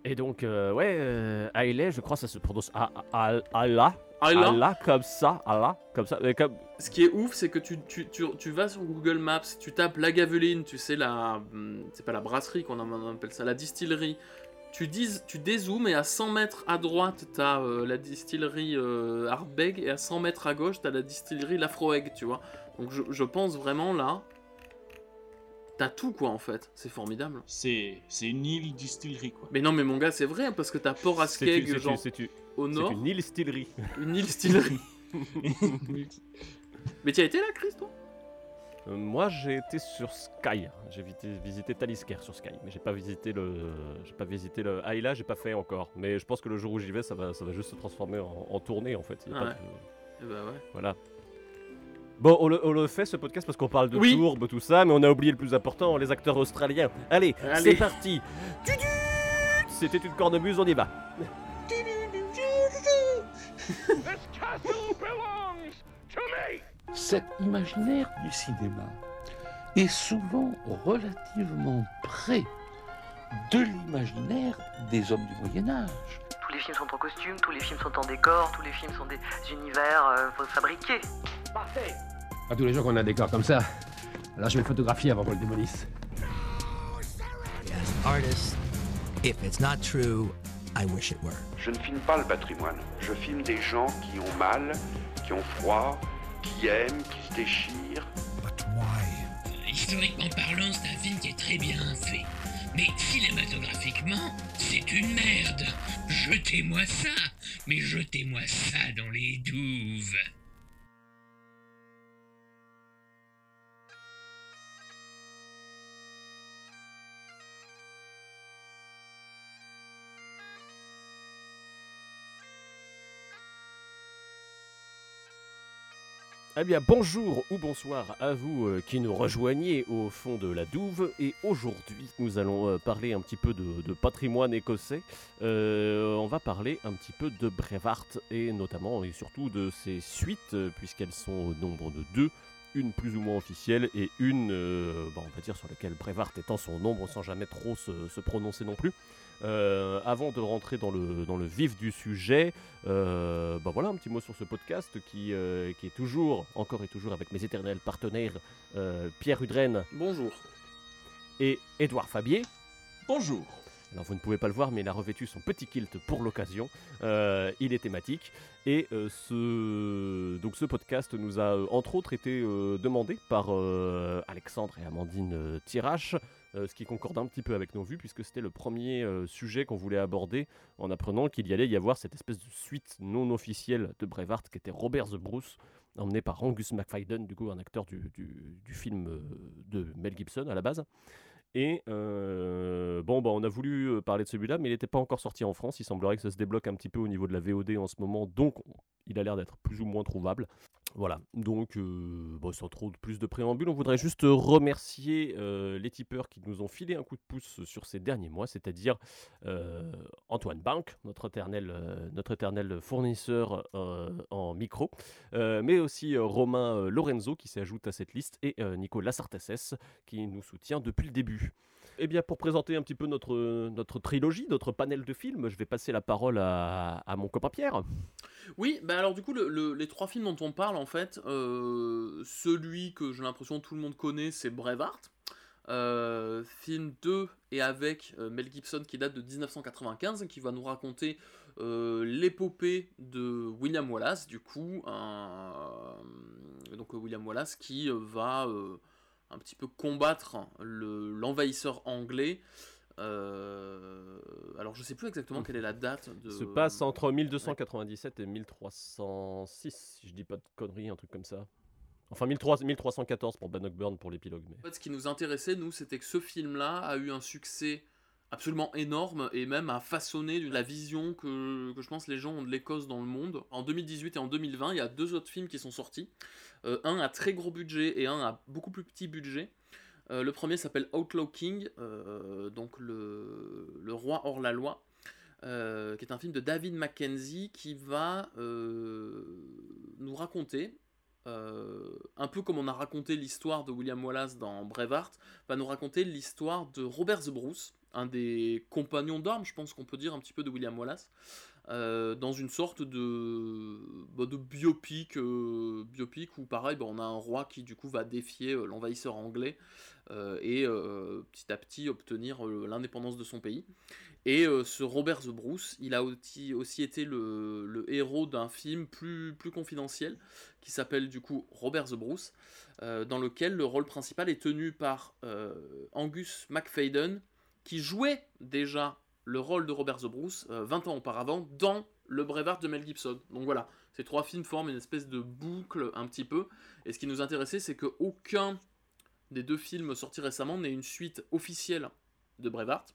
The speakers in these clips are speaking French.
Et donc, Hailey, je crois que ça se prononce Allah, Allah. comme ça, mais comme... Ce qui est ouf, c'est que tu vas sur Google Maps, tu tapes la Gaveline, tu sais, c'est pas la brasserie qu'on appelle ça, la distillerie. Tu dézoomes et à 100 mètres à droite, t'as la distillerie Ardbeg et à 100 mètres à gauche, t'as la distillerie Lafroeg, tu vois. Donc je pense vraiment là, t'as tout quoi en fait, c'est formidable. C'est une île distillerie quoi. Mais non mais mon gars, c'est vrai, parce que t'as Port Askeg, genre au nord. C'est une île distillerie. Une île distillerie. Mais tu as été là, Chris, toi? Moi, j'ai été sur Sky. J'ai visité Talisker sur Sky, mais j'ai pas visité le Ayla, j'ai pas fait encore. Mais je pense que le jour où j'y vais, ça va juste se transformer en tournée en fait. Ouais. Et bah ouais. Voilà. Bon, on le fait ce podcast parce qu'on parle de Oui. Tourbe, tout ça, mais on a oublié le plus important, les acteurs australiens. Allez. C'est parti. C'était une cornemuse, on y va. Cet imaginaire du cinéma est souvent relativement près de l'imaginaire des hommes du Moyen-Âge. Tous les films sont en costume, tous les films sont en décor, tous les films sont des univers fabriqués. Parfait. Pas tous les jours qu'on a un décor comme ça. Alors je vais le photographier avant qu'on le démolisse. As an artist, if it's not true, I wish it were. Je ne filme pas le patrimoine. Je filme des gens qui ont mal, qui ont froid, qui aiment, qui se déchirent. But why? Historiquement parlant, c'est un film qui est très bien fait. Mais cinématographiquement, c'est une merde. Jetez-moi ça, mais jetez-moi ça dans les douves. Eh bien, bonjour ou bonsoir à vous qui nous rejoignez au fond de la douve. Et aujourd'hui, nous allons parler un petit peu de patrimoine écossais. On va parler un petit peu de Braveheart et notamment et surtout de ses suites, puisqu'elles sont au nombre de 2. Une plus ou moins officielle et une, on va dire, sur laquelle Braveheart étant son nombre sans jamais trop se prononcer non plus. Avant de rentrer dans le vif du sujet, voilà un petit mot sur ce podcast qui est toujours avec mes éternels partenaires Pierre Udren. Bonjour. Et Édouard Fabier. Bonjour. Alors vous ne pouvez pas le voir, mais il a revêtu son petit kilt pour l'occasion. Il est thématique. Et ce podcast nous a entre autres été demandé par Alexandre et Amandine Tirache, ce qui concorde un petit peu avec nos vues, puisque c'était le premier sujet qu'on voulait aborder en apprenant qu'il y allait y avoir cette espèce de suite non officielle de Braveheart, qui était Robert the Bruce, emmené par Angus MacFadyen, du coup un acteur du film de Mel Gibson à la base. Et on a voulu parler de celui-là, mais il n'était pas encore sorti en France. Il semblerait que ça se débloque un petit peu au niveau de la VOD en ce moment, donc il a l'air d'être plus ou moins trouvable. Voilà, donc sans trop plus de préambule, on voudrait juste remercier les tipeurs qui nous ont filé un coup de pouce sur ces derniers mois, c'est-à-dire Antoine Bank, notre éternel fournisseur en micro, mais aussi Romain Lorenzo qui s'ajoute à cette liste, et Nico Lassartesses qui nous soutient depuis le début. Eh bien, pour présenter un petit peu notre trilogie, notre panel de films, je vais passer la parole à mon copain Pierre. Oui, bah alors du coup, les 3 films dont on parle, en fait, celui que j'ai l'impression que tout le monde connaît, c'est Braveheart. Film 2 et avec Mel Gibson qui date de 1995, qui va nous raconter l'épopée de William Wallace, du coup, donc William Wallace qui va un petit peu combattre l'envahisseur anglais. Alors je sais plus exactement quelle est la date de... Se passe entre 1297 et 1306, si je dis pas de conneries, un truc comme ça. Enfin 1314 pour Bannockburn pour l'épilogue. Mais... En fait, ce qui nous intéressait, nous, c'était que ce film-là a eu un succès absolument énorme et même a façonné la vision que je pense les gens ont de l'Écosse dans le monde. En 2018 et en 2020, il y a 2 autres films qui sont sortis. Un à très gros budget et un à beaucoup plus petit budget. Le premier s'appelle Outlaw King, donc le roi hors la loi, qui est un film de David Mackenzie qui va nous raconter, un peu comme on a raconté l'histoire de William Wallace dans Braveheart, va nous raconter l'histoire de Robert the Bruce, un des compagnons d'armes, je pense qu'on peut dire un petit peu de William Wallace, dans une sorte de biopic où pareil, on a un roi qui du coup va défier l'envahisseur anglais et petit à petit obtenir l'indépendance de son pays. Et ce Robert the Bruce, il a aussi été le héros d'un film plus confidentiel qui s'appelle du coup Robert the Bruce, dans lequel le rôle principal est tenu par Angus MacFadyen, qui jouait déjà le rôle de Robert the Bruce 20 ans auparavant dans le Braveheart de Mel Gibson. Donc voilà, ces 3 films forment une espèce de boucle un petit peu, et ce qui nous intéressait, c'est qu'aucun des 2 films sortis récemment n'ait une suite officielle de Braveheart,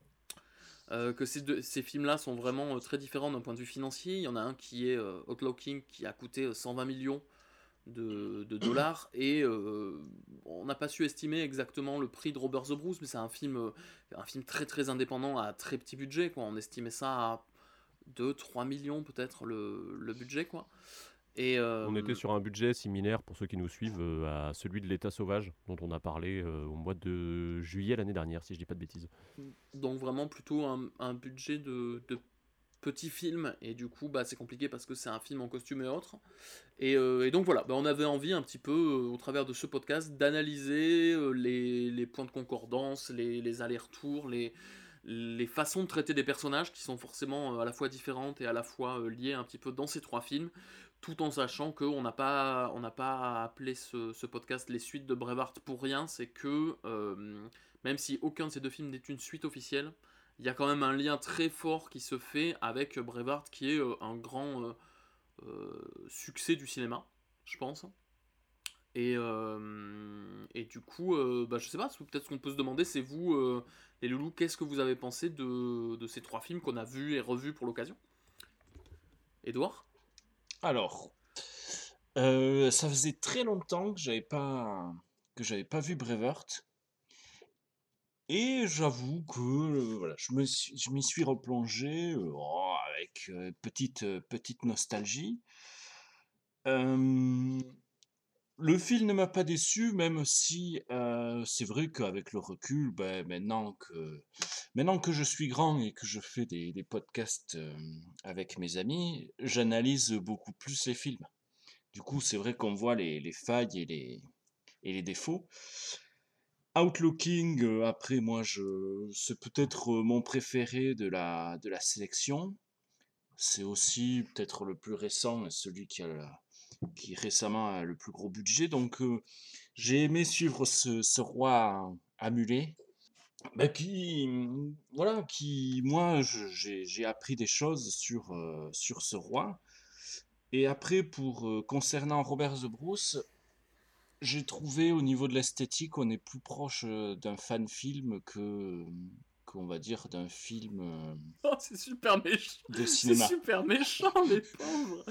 que ces films-là sont vraiment très différents d'un point de vue financier. Il y en a un qui est Outlaw King, qui a coûté 120 millions de dollars, et on n'a pas su estimer exactement le prix de Robert the Bruce, mais c'est un film très très indépendant à très petit budget, quoi. On estimait ça à 2-3 millions peut-être le budget, quoi. Et on était sur un budget similaire, pour ceux qui nous suivent, à celui de l'État sauvage, dont on a parlé au mois de juillet l'année dernière, si je dis pas de bêtises. Donc vraiment plutôt un budget de petit film, et du coup c'est compliqué parce que c'est un film en costume et autres, et donc voilà, on avait envie un petit peu au travers de ce podcast d'analyser les points de concordance, les allers-retours, les façons de traiter des personnages qui sont forcément à la fois différentes et à la fois liées un petit peu dans ces 3 films, tout en sachant qu'on n'a pas appelé ce podcast Les Suites de Braveheart pour rien. C'est que même si aucun de ces 2 films n'est une suite officielle, il y a quand même un lien très fort qui se fait avec Braveheart, qui est un grand succès du cinéma, je pense. Et du coup, je sais pas, peut-être ce qu'on peut se demander, c'est vous, les loulous, qu'est-ce que vous avez pensé de ces 3 films qu'on a vus et revus pour l'occasion? Édouard? Alors, ça faisait très longtemps que j'avais pas vu Braveheart. Et j'avoue que voilà, je m'y suis replongé avec petite nostalgie. Le film ne m'a pas déçu, même si c'est vrai qu'avec le recul, maintenant que je suis grand et que je fais des podcasts avec mes amis, j'analyse beaucoup plus les films. Du coup, c'est vrai qu'on voit les failles et les défauts. Outlooking, après moi, c'est peut-être mon préféré de la sélection. C'est aussi peut-être le plus récent, celui qui récemment a le plus gros budget. Donc j'ai aimé suivre ce roi à mulet, qui moi j'ai appris des choses sur ce roi. Et après, concernant Robert the Bruce, j'ai trouvé au niveau de l'esthétique, on est plus proche d'un fan film qu'on va dire d'un film Oh, c'est super méchant. de cinéma. C'est super méchant, les pauvres.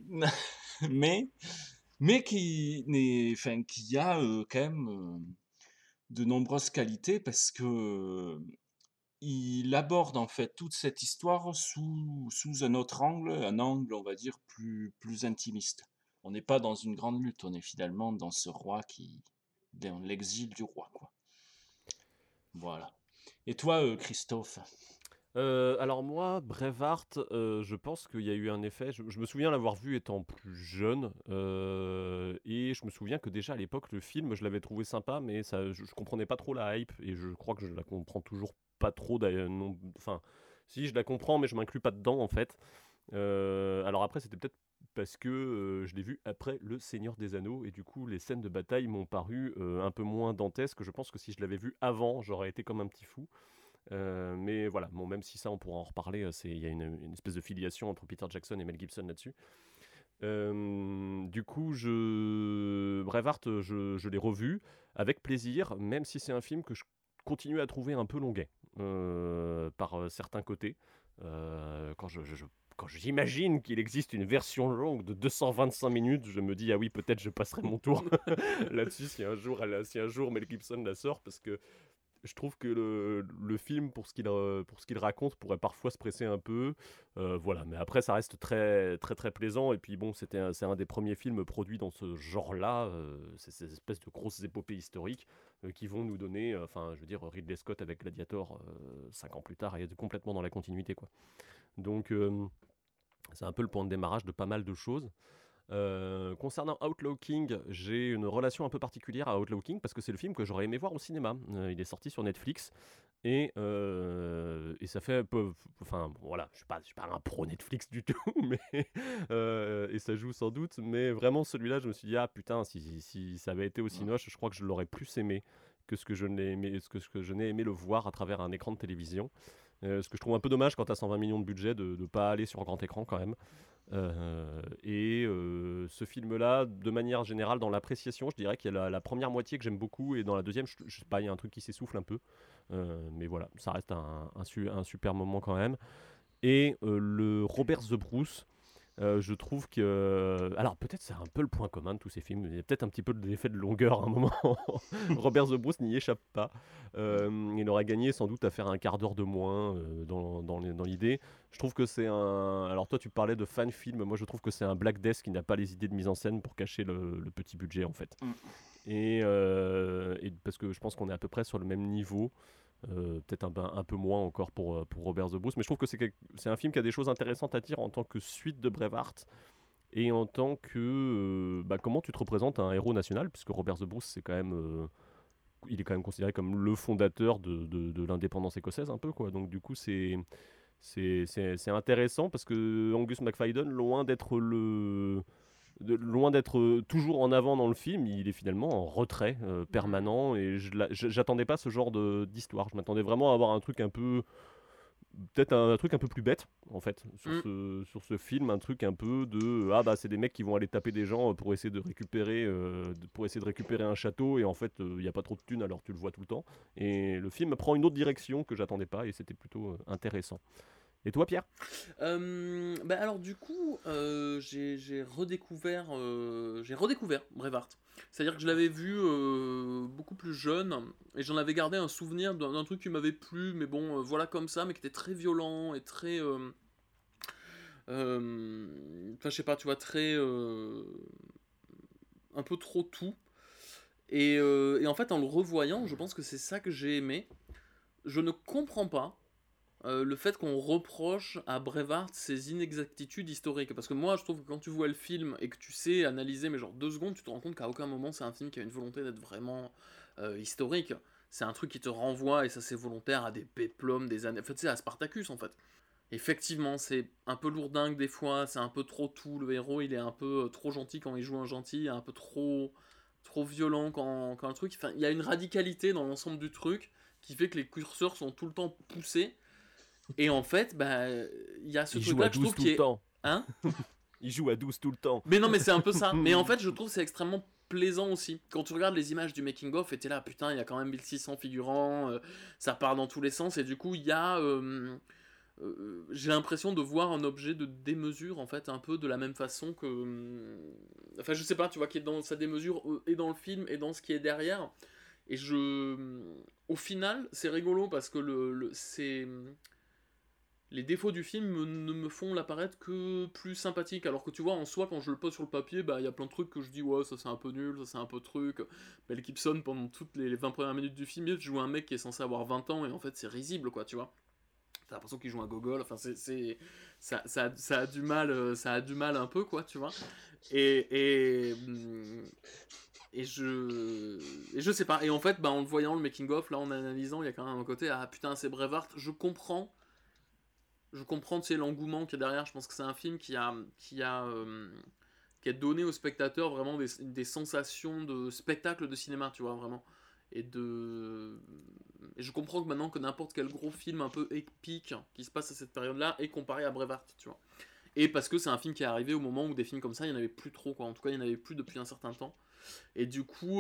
mais qui a quand même de nombreuses qualités, parce que il aborde en fait toute cette histoire sous un autre angle, on va dire plus intimiste. On n'est pas dans une grande lutte, on est finalement dans ce roi dans l'exil du roi, quoi. Voilà. Et toi, Christophe? Alors moi, Braveheart, je pense qu'il y a eu un effet. Je me souviens l'avoir vu étant plus jeune, et je me souviens que déjà à l'époque, le film, je l'avais trouvé sympa, mais je comprenais pas trop la hype, et je crois que je la comprends toujours pas trop. Enfin, si, je la comprends, mais je m'inclus pas dedans en fait. Alors après, c'était peut-être parce que je l'ai vu après Le Seigneur des Anneaux, et du coup, les scènes de bataille m'ont paru un peu moins dantesques. Je pense que si je l'avais vu avant, j'aurais été comme un petit fou. Mais voilà, même si ça on pourra en reparler, il y a une espèce de filiation entre Peter Jackson et Mel Gibson là-dessus. Du coup, Braveheart, je l'ai revu avec plaisir, même si c'est un film que je continue à trouver un peu longuet par certains côtés. Quand j'imagine qu'il existe une version longue de 225 minutes, je me dis ah oui, peut-être je passerai mon tour là-dessus si un jour Mel Gibson la sort, parce que je trouve que le film, pour ce qu'il raconte, pourrait parfois se presser un peu. Voilà, mais après, ça reste très, très, très plaisant. Et puis bon, c'est un des premiers films produits dans ce genre-là. C'est ces espèces de grosses épopées historiques qui vont nous donner, enfin, je veux dire, Ridley Scott avec Gladiator 5 ans plus tard est complètement dans la continuité, quoi. Donc, c'est un peu le point de démarrage de pas mal de choses. Concernant Outlaw King, j'ai une relation un peu particulière à Outlaw King parce que c'est le film que j'aurais aimé voir au cinéma. Il est sorti sur Netflix et ça fait un peu, enfin voilà, je suis pas un pro Netflix du tout, mais et ça joue sans doute, mais vraiment celui-là, je me suis dit ah putain, si ça avait été aussi noche, je crois que je l'aurais plus aimé que ce que je n'ai aimé le voir à travers un écran de télévision. Ce que je trouve un peu dommage quand tu as 120 millions de budget de ne pas aller sur grand écran quand même. Ce film-là, de manière générale, dans l'appréciation, je dirais qu'il y a la première moitié que j'aime beaucoup et dans la deuxième, je sais pas, il y a un truc qui s'essouffle un peu. Mais voilà, ça reste un super moment quand même. Et le Robert The Bruce, je trouve que... Alors peut-être c'est un peu le point commun de tous ces films, il y a peut-être un petit peu d'effet de longueur à un moment. Robert The Bruce n'y échappe pas. Il aurait gagné sans doute à faire un quart d'heure de moins dans l'idée. Je trouve que c'est un... Alors toi tu parlais de fan film, moi je trouve que c'est un Black Death qui n'a pas les idées de mise en scène pour cacher le petit budget en fait. Et parce que je pense qu'on est à peu près sur le même niveau. Peut-être un peu moins encore pour Robert The Bruce, mais je trouve que c'est un film qui a des choses intéressantes à dire en tant que suite de Braveheart et en tant que comment tu te représentes un héros national, puisque Robert The Bruce c'est quand même il est quand même considéré comme le fondateur de l'indépendance écossaise un peu quoi. Donc du coup c'est intéressant parce que Angus MacFadyen, loin d'être toujours en avant dans le film, il est finalement en retrait permanent et j'attendais pas ce genre d'histoire. Je m'attendais vraiment à avoir un truc un peu, peut-être un truc un peu plus bête en fait sur ce film, un truc un peu de c'est des mecs qui vont aller taper des gens pour essayer de récupérer un château et en fait il y a pas trop de thunes alors tu le vois tout le temps et le film prend une autre direction que j'attendais pas et c'était plutôt intéressant. Et toi, Pierre ? Alors du coup, j'ai redécouvert Braveheart. C'est-à-dire que je l'avais vu beaucoup plus jeune et j'en avais gardé un souvenir d'un truc qui m'avait plu, mais bon, voilà comme ça, mais qui était très violent et très, je sais pas, tu vois, très, un peu trop tout. Et en fait, en le revoyant, je pense que c'est ça que j'ai aimé. Je ne comprends pas le fait qu'on reproche à Braveheart ses inexactitudes historiques. Parce que moi, je trouve que quand tu vois le film et que tu sais analyser, mais genre 2 secondes, tu te rends compte qu'à aucun moment c'est un film qui a une volonté d'être vraiment historique. C'est un truc qui te renvoie, et ça c'est volontaire, à des péplums des années... En fait, c'est à Spartacus, en fait. Effectivement, c'est un peu lourdingue des fois, c'est un peu trop tout. Le héros, il est un peu trop gentil quand il joue un gentil, un peu trop violent quand le truc... Enfin, il y a une radicalité dans l'ensemble du truc qui fait que les curseurs sont tout le temps poussés. Et en fait, il y a ce truc-là que je trouve qui est... Hein ? Il joue à 12 tout le temps. Mais non, mais c'est un peu ça. Mais en fait, je trouve que c'est extrêmement plaisant aussi. Quand tu regardes les images du making-of, et t'es là, putain, il y a quand même 1600 figurants, ça part dans tous les sens, et du coup, il y a... j'ai l'impression de voir un objet de démesure, en fait, un peu de la même façon que... Enfin, je sais pas, tu vois, qui est dans sa démesure, et dans le film, et dans ce qui est derrière. Et au final, c'est rigolo, parce que les défauts du film ne me font l'apparaître que plus sympathique, alors que tu vois, en soi, quand je le pose sur le papier, il y a plein de trucs que je dis, ouais, ça c'est un peu nul, ça c'est un peu truc. Mel Gibson, pendant toutes les 20 premières minutes du film, il joue un mec qui est censé avoir 20 ans, et en fait c'est risible, quoi, tu vois. T'as l'impression qu'il joue un gogol, enfin ça a du mal un peu, quoi, tu vois. Et je sais pas, et en fait, en le voyant, le making-of, là, en analysant, il y a quand même un côté, ah putain, c'est Braveheart, je comprends, tu sais, l'engouement qu'il y a derrière. Je pense que c'est un film qui a donné aux spectateurs vraiment des sensations de spectacle de cinéma, tu vois, vraiment. Et je comprends que maintenant que n'importe quel gros film un peu épique qui se passe à cette période-là est comparé à Braveheart, tu vois. Et parce que c'est un film qui est arrivé au moment où des films comme ça, il n'y en avait plus trop, quoi. En tout cas, il n'y en avait plus depuis un certain temps. Et du coup...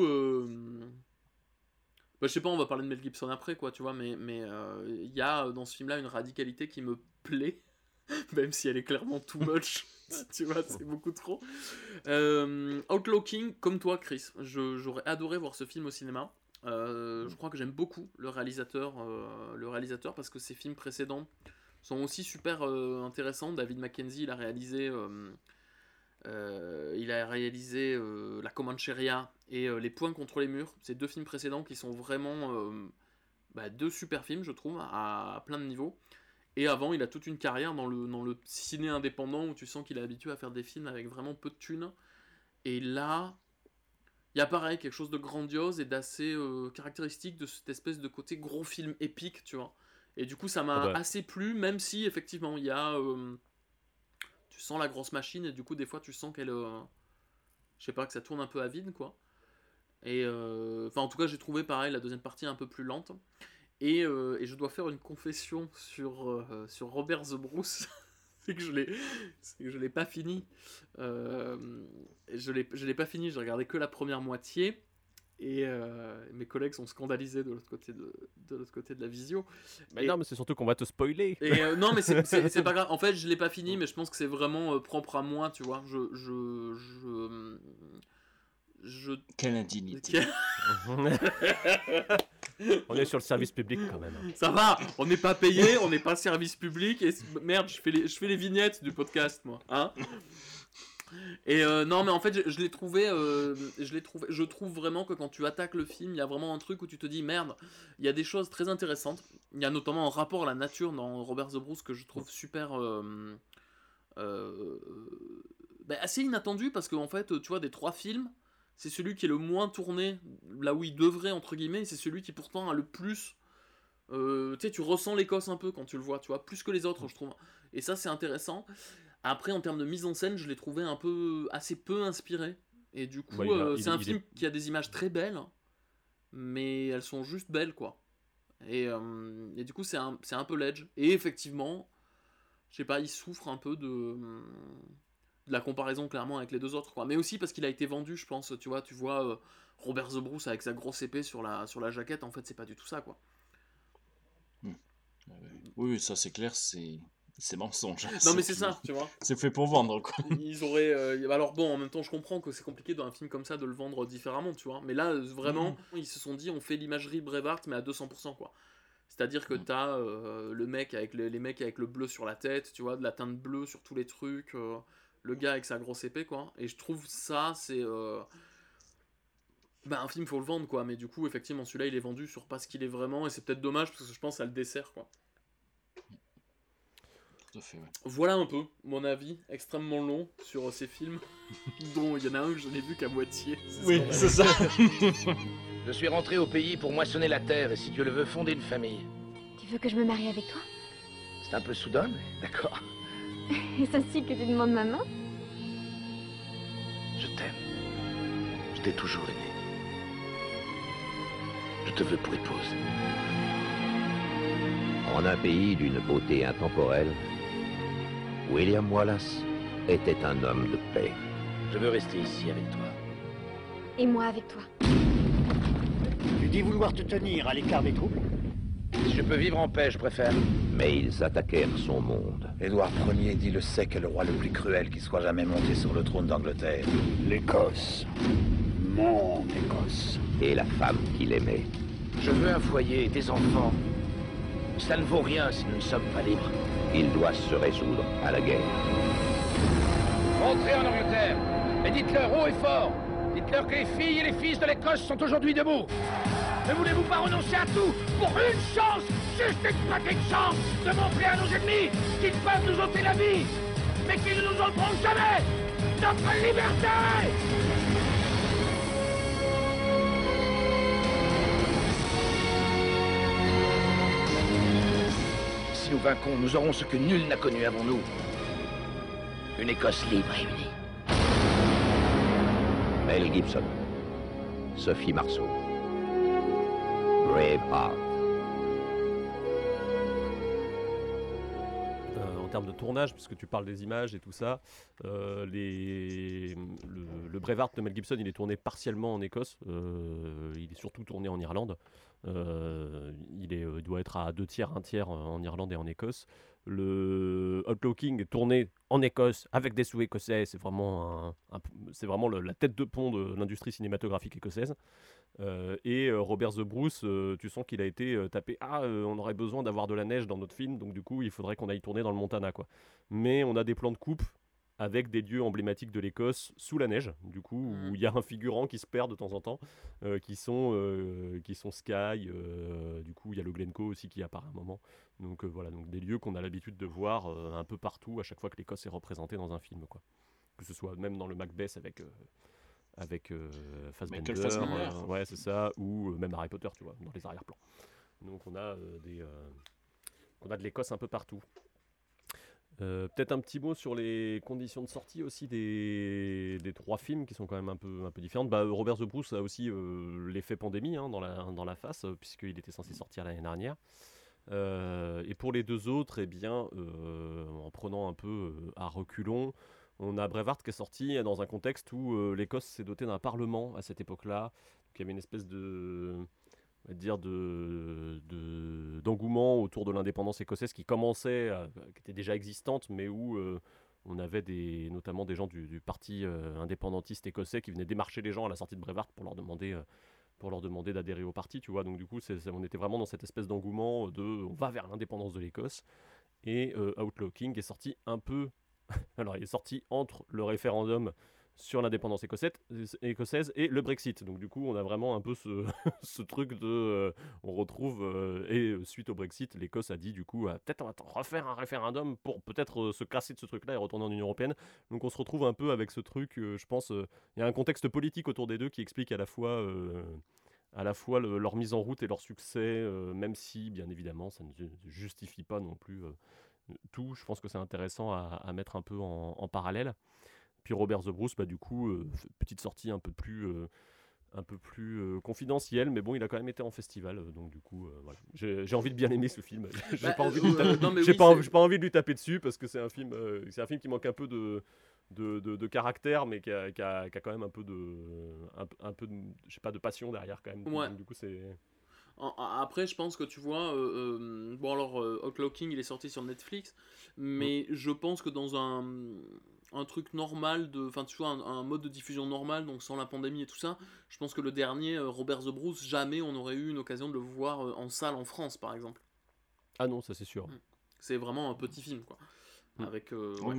je sais pas, on va parler de Mel Gibson après, quoi, tu vois, mais il y a dans ce film-là une radicalité qui me plaît, même si elle est clairement too much, tu vois, c'est beaucoup trop. Outlaw King, comme toi, Chris, j'aurais adoré voir ce film au cinéma. Je crois que j'aime beaucoup le réalisateur parce que ses films précédents sont aussi super intéressants. David Mackenzie, il a réalisé La Comancheria et Les Poings contre les murs. Ces 2 films précédents qui sont vraiment 2 super films, je trouve, à plein de niveaux. Et avant, il a toute une carrière dans le ciné indépendant où tu sens qu'il est habitué à faire des films avec vraiment peu de thunes. Et là, il y a pareil, quelque chose de grandiose et d'assez caractéristique de cette espèce de côté gros film épique, tu vois. Et du coup, ça m'a assez plu, même si, effectivement, il y a... tu sens la grosse machine, et du coup, des fois, tu sens qu'elle... je sais pas, que ça tourne un peu à vide, quoi. Et... en tout cas, j'ai trouvé, pareil, la deuxième partie un peu plus lente. Et je dois faire une confession sur Robert The Bruce. c'est que je l'ai pas fini. Je l'ai pas fini, j'ai regardé que la première moitié. Et mes collègues sont scandalisés de l'autre côté de la visio. Non, mais c'est surtout qu'on va te spoiler. Et non, mais c'est pas grave. En fait, je l'ai pas fini, mais je pense que c'est vraiment propre à moi, tu vois. Quelle indignité. On est sur le service public quand même. Ça va, on n'est pas payé, on n'est pas service public. Et merde, je fais les vignettes du podcast, moi. Hein. Et non, mais en fait, je trouve vraiment que quand tu attaques le film, il y a vraiment un truc où tu te dis merde, il y a des choses très intéressantes. Il y a notamment un rapport à la nature dans Robert The Bruce que je trouve super assez inattendu, parce qu'en fait, tu vois, des 3 films, c'est celui qui est le moins tourné là où il devrait, entre guillemets, et c'est celui qui pourtant a le plus... tu sais, tu ressens l'Écosse un peu quand tu le vois, tu vois, plus que les autres, je trouve. Et ça, c'est intéressant. Après, en termes de mise en scène, je l'ai trouvé assez peu inspiré. Et du coup, c'est un film qui a des images très belles, mais elles sont juste belles, quoi. Et du coup, c'est un peu l'edge. Et effectivement, je sais pas, il souffre un peu de la comparaison, clairement, avec les 2 autres, quoi. Mais aussi parce qu'il a été vendu, je pense. Tu vois Robert The Bruce avec sa grosse épée sur la jaquette. En fait, c'est pas du tout ça, quoi. Oui, ça c'est clair, c'est mensonge. Non, mais c'est ça, tu vois. C'est fait pour vendre, quoi. Ils auraient... alors bon, en même temps, je comprends que c'est compliqué dans un film comme ça de le vendre différemment, tu vois. Mais là, vraiment, ils se sont dit, on fait l'imagerie Braveheart, mais à 200%, quoi. C'est-à-dire que t'as le mec avec les mecs avec le bleu sur la tête, tu vois, de la teinte bleue sur tous les trucs, le gars avec sa grosse épée, quoi. Et je trouve ça, c'est... un film, faut le vendre, quoi. Mais du coup, effectivement, celui-là, il est vendu sur pas ce qu'il est vraiment, et c'est peut-être dommage, parce que je pense que ça le dessert, quoi. Fait, ouais. Voilà un peu mon avis extrêmement long sur ces films, dont il y en a un que je n'ai vu qu'à moitié. C'est ça. Je suis rentré au pays pour moissonner la terre et, si Dieu le veut, fonder une famille. Tu veux que je me marie avec toi? C'est un peu soudain, mais d'accord. Et ça aussi que tu demandes ma main? Je t'aime. Je t'ai toujours aimé. Je te veux pour épouse. En un pays d'une beauté intemporelle, William Wallace était un homme de paix. Je veux rester ici avec toi. Et moi avec toi. Tu dis vouloir te tenir à l'écart des troupes? Si je peux vivre en paix, je préfère. Mais ils attaquèrent son monde. Édouard Ier dit le sec est le roi le plus cruel qui soit jamais monté sur le trône d'Angleterre. L'Écosse. Mon Écosse. Et la femme qu'il aimait. Je veux un foyer, des enfants. Ça ne vaut rien si nous ne sommes pas libres. Il doit se résoudre à la guerre. Rentrez en Angleterre et dites-leur haut et fort. Dites-leur que les filles et les fils de l'Écosse sont aujourd'hui debout. Ne voulez-vous pas renoncer à tout pour une chance, juste une petite chance, de montrer à nos ennemis qu'ils peuvent nous ôter la vie, mais qu'ils ne nous ôteront jamais notre liberté? Si nous vainquons, nous aurons ce que nul n'a connu avant nous. Une Écosse libre et unie. Mel Gibson, Sophie Marceau, Braveheart. En termes de tournage, puisque tu parles des images et tout ça, le Braveheart de Mel Gibson, il est tourné partiellement en Écosse, il est surtout tourné en Irlande. Il doit être à 2/3, 1/3 en Irlande et en Écosse. Le Outlaw King est tourné en Écosse avec des sous écossais. C'est vraiment la tête de pont de l'industrie cinématographique écossaise. Et Robert The Bruce, tu sens qu'il a été tapé. On aurait besoin d'avoir de la neige dans notre film, donc du coup, il faudrait qu'on aille tourner dans le Montana, quoi. Mais on a des plans de coupe avec des lieux emblématiques de l'Écosse sous la neige, du coup, où il y a un figurant qui se perd de temps en temps, qui sont Skye, du coup, il y a le Glencoe aussi qui apparaît à un moment. Donc voilà, donc des lieux qu'on a l'habitude de voir un peu partout à chaque fois que l'Écosse est représentée dans un film, quoi. Que ce soit même dans le Macbeth avec Fassbender, ouais, c'est ça, ou même Harry Potter, tu vois, dans les arrière-plans. Donc on a de l'Écosse un peu partout. Peut-être un petit mot sur les conditions de sortie aussi des 3 films qui sont quand même un peu différentes. Robert The Bruce a aussi l'effet pandémie dans la face, puisqu'il était censé sortir l'année dernière. Et pour les 2 autres, eh bien, en prenant un peu à reculons, on a Braveheart qui est sorti dans un contexte où l'Écosse s'est dotée d'un parlement à cette époque-là. Donc il y avait une espèce d'engouement autour de l'indépendance écossaise qui était déjà existante, mais où on avait notamment des gens du parti indépendantiste écossais qui venaient démarcher les gens à la sortie de Braveheart pour leur demander d'adhérer au parti, tu vois. Donc du coup, on était vraiment dans cette espèce d'engouement on va vers l'indépendance de l'Écosse. Et Outlaw King est sorti un peu... Alors, il est sorti entre le référendum sur l'indépendance écossaise et le Brexit. Donc du coup, on a vraiment un peu ce truc on retrouve, et suite au Brexit, l'Écosse a dit du coup, peut-être on va refaire un référendum pour peut-être se casser de ce truc-là et retourner en Union Européenne. Donc on se retrouve un peu avec ce truc, je pense, il y a un contexte politique autour des deux qui explique à la fois leur mise en route et leur succès, même si, bien évidemment, ça ne justifie pas non plus tout. Je pense que c'est intéressant à mettre un peu en parallèle. Puis Robert The Bruce, du coup, petite sortie un peu plus confidentielle, mais bon, il a quand même été en festival, donc du coup, voilà. J'ai envie de bien aimer ce film. J'ai pas envie de lui taper dessus parce que c'est un film qui manque un peu de caractère, mais qui a quand même un peu de je sais pas, de passion derrière quand même. Ouais. Donc, du coup, c'est... Après, je pense que tu vois, Outlaw King, il est sorti sur Netflix, mais je pense que dans un truc normal, tu vois, un mode de diffusion normal, donc sans la pandémie et tout ça, je pense que le dernier, Robert The Bruce, jamais on aurait eu une occasion de le voir en salle en France, par exemple. Ah non, ça c'est sûr. C'est vraiment un petit film, quoi. Avec, oui.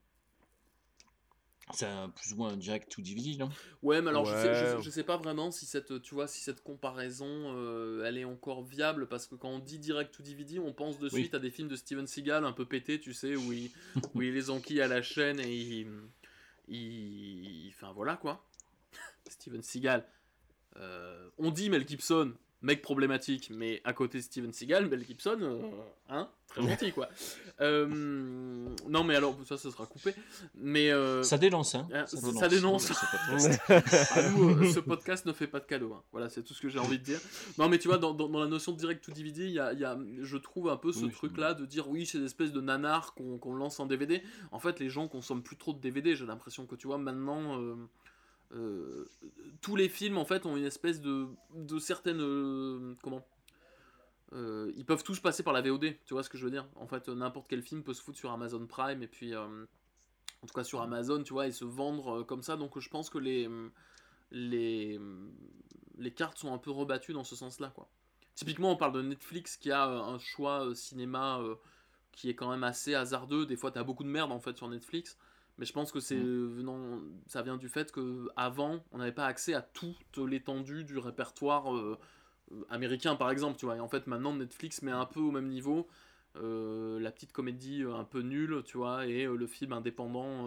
C'est plus ou moins un direct to DVD, non? Ouais, mais alors je sais pas vraiment si cette comparaison elle est encore viable, parce que quand on dit direct to DVD, on pense de suite à des films de Steven Seagal un peu pétés, tu sais, où il les enquille à la chaîne et enfin voilà quoi. Steven Seagal. On dit Mel Gibson, mec problématique, mais à côté de Steven Seagal, Mel Gibson, très gentil quoi. Non mais alors ça sera coupé, mais ça dénonce, hein. Ça dénonce. Ce podcast ne fait pas de cadeau, hein. Voilà, c'est tout ce que j'ai envie de dire. Non mais tu vois, dans la notion de direct to DVD, il y a, je trouve un peu ce truc là de dire oui, c'est des espèces de nanars qu'on lance en DVD. En fait, les gens consomment plus trop de DVD. J'ai l'impression que tu vois maintenant. Tous les films en fait ont une espèce de certaines ils peuvent tous passer par la VOD, tu vois ce que je veux dire. En fait, n'importe quel film peut se foutre sur Amazon Prime et puis en tout cas sur Amazon, tu vois, et se vendre comme ça. Donc je pense que les cartes sont un peu rebattues dans ce sens-là, quoi. Typiquement, on parle de Netflix qui a un choix cinéma qui est quand même assez hasardeux. Des fois, t'as beaucoup de merde en fait sur Netflix. Mais je pense que ça vient du fait qu'avant, on n'avait pas accès à toute l'étendue du répertoire américain, par exemple, tu vois. Et en fait, maintenant, Netflix met un peu au même niveau la petite comédie un peu nulle, tu vois, et le film indépendant.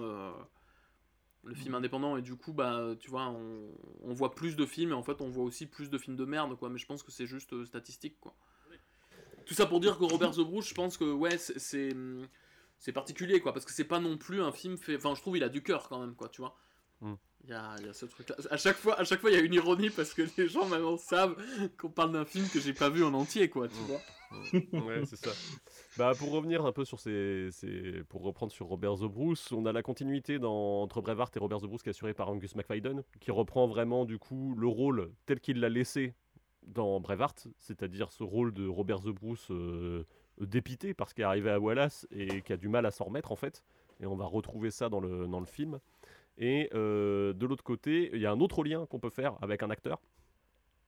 Et du coup, tu vois, on voit plus de films, et en fait, on voit aussi plus de films de merde, quoi. Mais je pense que c'est juste statistique, quoi. Tout ça pour dire que Robert The Bruce, je pense que, ouais, c'est particulier, quoi, parce que c'est pas non plus un film fait... Enfin, je trouve il a du cœur, quand même, quoi, tu vois. Il y a ce truc-là. À chaque fois, il y a une ironie, parce que les gens, maintenant, savent qu'on parle d'un film que j'ai pas vu en entier, quoi, tu vois. Ouais, c'est ça. Pour revenir un peu sur pour reprendre sur Robert The Bruce, on a la continuité entre Braveheart et Robert The Bruce qui est assurée par Angus MacFadyen, qui reprend vraiment, du coup, le rôle tel qu'il l'a laissé dans Braveheart, c'est-à-dire ce rôle de Robert The Bruce... dépité parce qu'il est arrivé à Wallace et qui a du mal à s'en remettre en fait, et on va retrouver ça dans le film. Et de l'autre côté, il y a un autre lien qu'on peut faire avec un acteur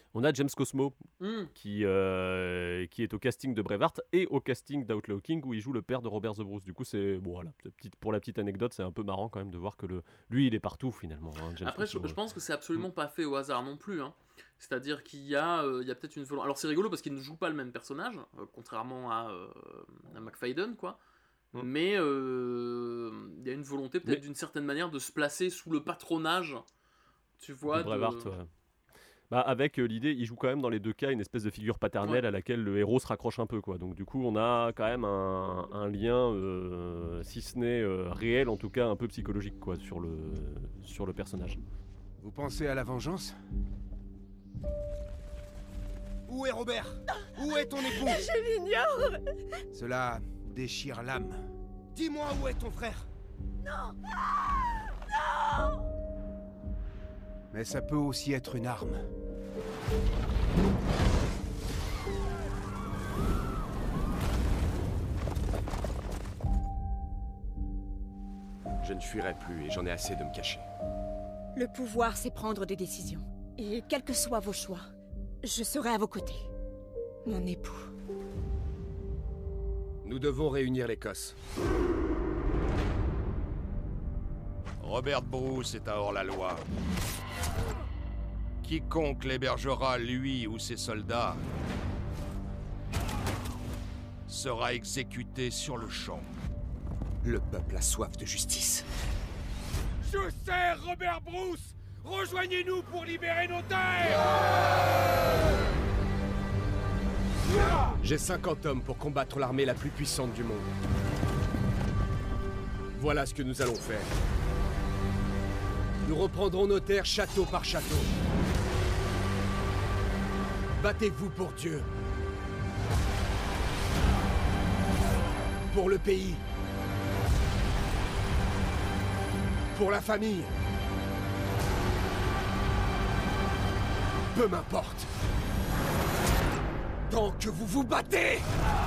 On a James Cosmo Mm. qui est au casting de Braveheart et au casting d'Outlaw King où il joue le père de Robert the Bruce. Du coup, pour la petite anecdote, c'est un peu marrant quand même de voir que lui, il est partout finalement. Hein, James Après, Cosmo. je pense que c'est absolument pas fait au hasard non plus. Hein. C'est-à-dire qu'il y a peut-être une volonté. Alors c'est rigolo parce qu'il ne joue pas le même personnage, contrairement à McFadden, quoi. Mais il y a une volonté peut-être d'une certaine manière de se placer sous le patronage, tu vois. De Braveheart, ouais. Bah, avec l'idée, il joue quand même dans les deux cas une espèce de figure paternelle à laquelle le héros se raccroche un peu, quoi. Donc du coup, on a quand même un lien, si ce n'est réel, en tout cas un peu psychologique, quoi, sur le personnage. Vous pensez à la vengeance? Où est Robert? Où est ton époux? Je l'ignore. Cela déchire l'âme. Dis-moi où est ton frère? Non. Non. Mais ça peut aussi être une arme. Je ne fuirai plus et j'en ai assez de me cacher. Le pouvoir, c'est prendre des décisions. Et quels que soient vos choix, je serai à vos côtés. Mon époux. Nous devons réunir l'Écosse. Robert Bruce est un hors-la-loi. Quiconque l'hébergera, lui ou ses soldats, sera exécuté sur le champ. Le peuple a soif de justice. Je sais, Robert Bruce! Rejoignez-nous pour libérer nos terres! J'ai 50 hommes pour combattre l'armée la plus puissante du monde. Voilà ce que nous allons faire. Nous reprendrons nos terres château par château. Battez-vous pour Dieu. Pour le pays. Pour la famille. Peu m'importe. Tant que vous vous battez!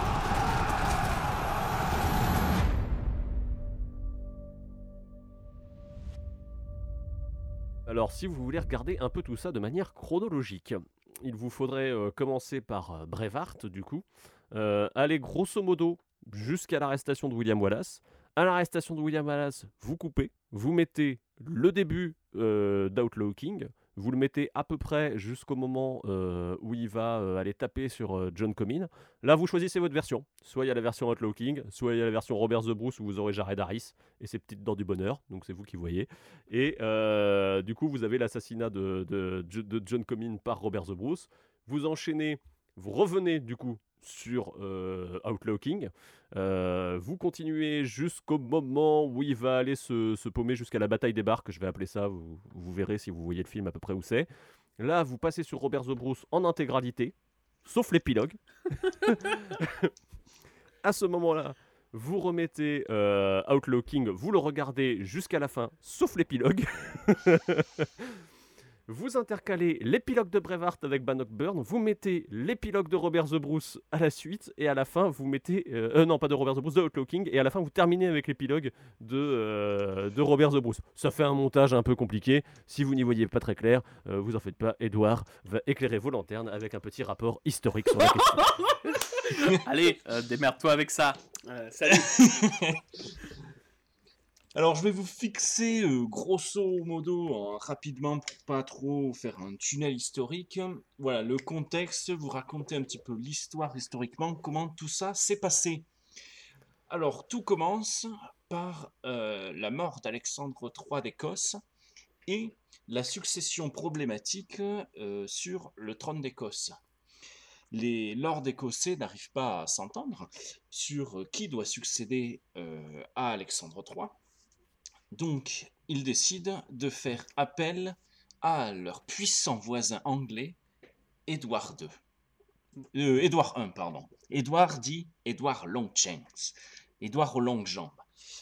Alors, si vous voulez regarder un peu tout ça de manière chronologique, il vous faudrait commencer par Braveheart, du coup. Aller grosso modo jusqu'à l'arrestation de William Wallace. À l'arrestation de William Wallace, vous coupez, vous mettez le début d'Outlaw King, vous le mettez à peu près jusqu'au moment où il va aller taper sur John Comyn. Là, vous choisissez votre version. Soit il y a la version Outlaw King, soit il y a la version Robert the Bruce où vous aurez Jared Harris et ses petites dents du bonheur. Donc c'est vous qui voyez. Et du coup, vous avez l'assassinat de John Comyn par Robert the Bruce. Vous enchaînez, vous revenez du coup sur Outlaw King. Vous continuez jusqu'au moment où il va aller se paumer jusqu'à la bataille des barques, je vais appeler ça, vous verrez si vous voyez le film à peu près où c'est. Là, vous passez sur Robert the Bruce en intégralité, sauf l'épilogue. À ce moment-là, vous remettez Outlaw King, vous le regardez jusqu'à la fin, sauf l'épilogue. Vous intercalez l'épilogue de Braveheart avec Bannockburn, vous mettez l'épilogue de Robert the Bruce à la suite, et à la fin, vous mettez... non, pas de Robert the Bruce, de Outlaw King, et à la fin, vous terminez avec l'épilogue de Robert the Bruce. Ça fait un montage un peu compliqué. Si vous n'y voyez pas très clair, vous en faites pas. Edouard va éclairer vos lanternes avec un petit rapport historique sur la question. Allez, démerde-toi avec ça. Salut. Alors, je vais vous fixer grosso modo, rapidement, pour pas trop faire un tunnel historique. Voilà, le contexte, vous raconter un petit peu l'histoire historiquement, comment tout ça s'est passé. Alors, tout commence par la mort d'Alexandre III d'Écosse et la succession problématique sur le trône d'Écosse. Les lords écossais n'arrivent pas à s'entendre sur qui doit succéder à Alexandre III. Donc, ils décident de faire appel à leur puissant voisin anglais, Édouard I, pardon. Édouard dit Édouard Longchanks, Édouard aux longues jambes.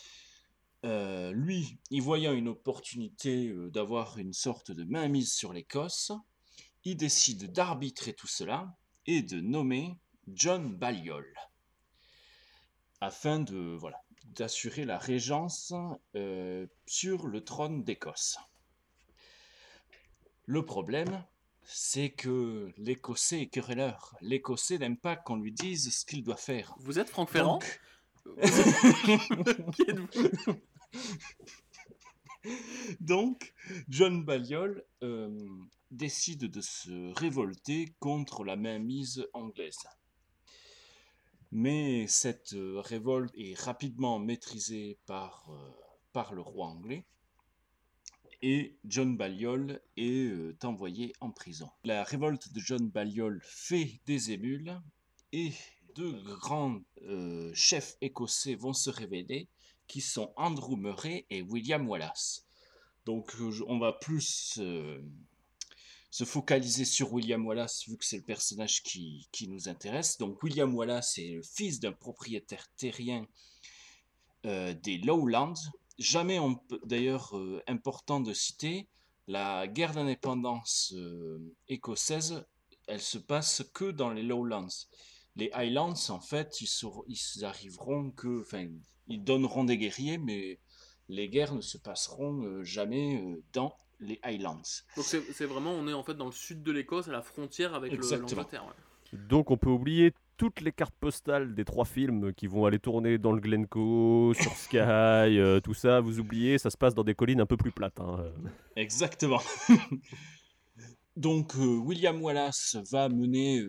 Lui, y voyant une opportunité d'avoir une sorte de mainmise sur l'Écosse, il décide d'arbitrer tout cela et de nommer John Balliol, afin d'assurer la régence sur le trône d'Écosse. Le problème, c'est que l'Écossais est querelleur. L'Écossais n'aime pas qu'on lui dise ce qu'il doit faire. Vous êtes Franck Ferrand ? Qui êtes-vous ? Donc, John Balliol décide de se révolter contre la mainmise anglaise. Mais cette révolte est rapidement maîtrisée par le roi anglais et John Balliol est envoyé en prison. La révolte de John Balliol fait des émules et deux grands chefs écossais vont se révéler, qui sont Andrew Murray et William Wallace. Donc on va plus se focaliser sur William Wallace, vu que c'est le personnage qui nous intéresse. Donc William Wallace est le fils d'un propriétaire terrien des Lowlands. Jamais d'ailleurs important de citer, la guerre d'indépendance écossaise, elle se passe que dans les Lowlands. Les Highlands, en fait, ils arriveront que... Enfin, ils donneront des guerriers, mais les guerres ne se passeront jamais dans les Highlands. Donc c'est vraiment, on est en fait dans le sud de l'Écosse, à la frontière avec l'Angleterre. Ouais. Donc on peut oublier toutes les cartes postales des 3 films qui vont aller tourner dans le Glencoe, sur Skye, tout ça, vous oubliez, ça se passe dans des collines un peu plus plates. Exactement. Donc William Wallace va mener...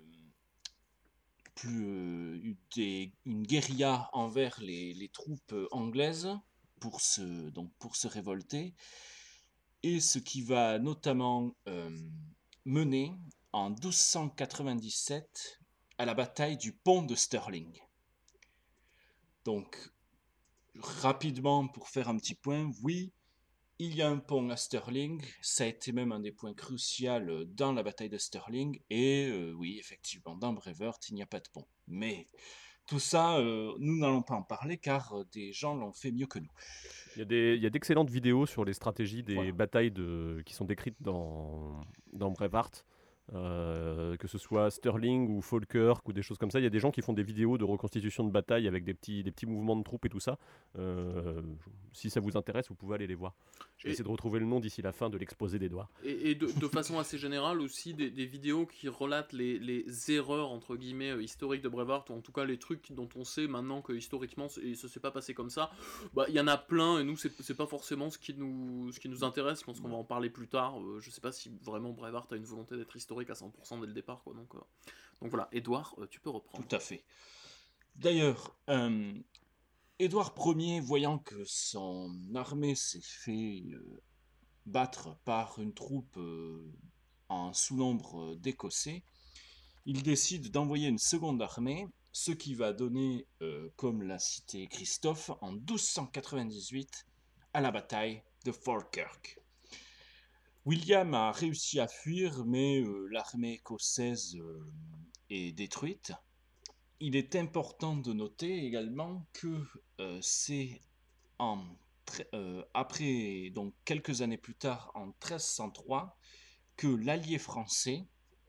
une guérilla envers les troupes anglaises pour se révolter, et ce qui va notamment mener en 1297 à la bataille du pont de Stirling. Donc rapidement, pour faire un petit point, oui, il y a un pont à Stirling, ça a été même un des points cruciaux dans la bataille de Stirling, et oui, effectivement, dans Braveheart, il n'y a pas de pont. Mais tout ça, nous n'allons pas en parler, car des gens l'ont fait mieux que nous. Il y a d'excellentes vidéos sur les stratégies des batailles qui sont décrites dans Braveheart. Que ce soit Stirling ou Falkirk ou des choses comme ça, il y a des gens qui font des vidéos de reconstitution de bataille avec des petits mouvements de troupes et tout ça. Si ça vous intéresse, vous pouvez aller les voir. Je vais essayer de retrouver le nom d'ici la fin de l'exposé d'Edouard. Et de façon assez générale aussi, des vidéos qui relatent les erreurs entre guillemets historiques de Braveheart, ou en tout cas les trucs dont on sait maintenant que historiquement ça s'est pas passé comme ça. Bah, il y en a plein, et nous c'est pas forcément ce qui nous intéresse. Je pense qu'on va en parler plus tard. Je sais pas si vraiment Braveheart a une volonté d'être historique à 100% dès le départ, quoi. Donc voilà, Édouard, tu peux reprendre. Tout à fait. D'ailleurs, Édouard Ier, voyant que son armée s'est fait battre par une troupe en sous-nombre d'Écossais, il décide d'envoyer une seconde armée, ce qui va donner, comme l'a cité Christophe, en 1298 à la bataille de Falkirk. William a réussi à fuir, mais l'armée écossaise est détruite. Il est important de noter également que c'est après, donc quelques années plus tard, en 1303, que l'allié français,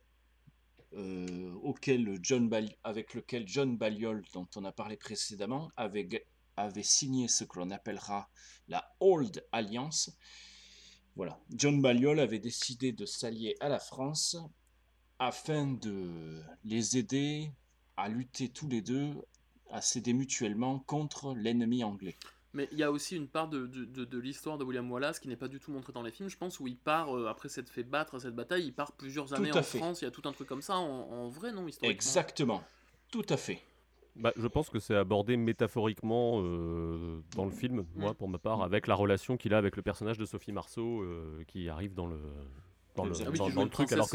avec lequel John Balliol, dont on a parlé précédemment, avait signé ce que l'on appellera la Old Alliance. Voilà, John Balliol avait décidé de s'allier à la France afin de les aider à lutter tous les deux, à s'aider mutuellement contre l'ennemi anglais. Mais il y a aussi une part de l'histoire de William Wallace qui n'est pas du tout montrée dans les films, je pense, où il part, après s'être fait battre à cette bataille, il part plusieurs années en France, il y a tout un truc comme ça, en vrai, non, historiquement. Exactement, tout à fait. Bah, je pense que c'est abordé métaphoriquement dans le film, moi, pour ma part, avec la relation qu'il a avec le personnage de Sophie Marceau qui arrive dans le truc, alors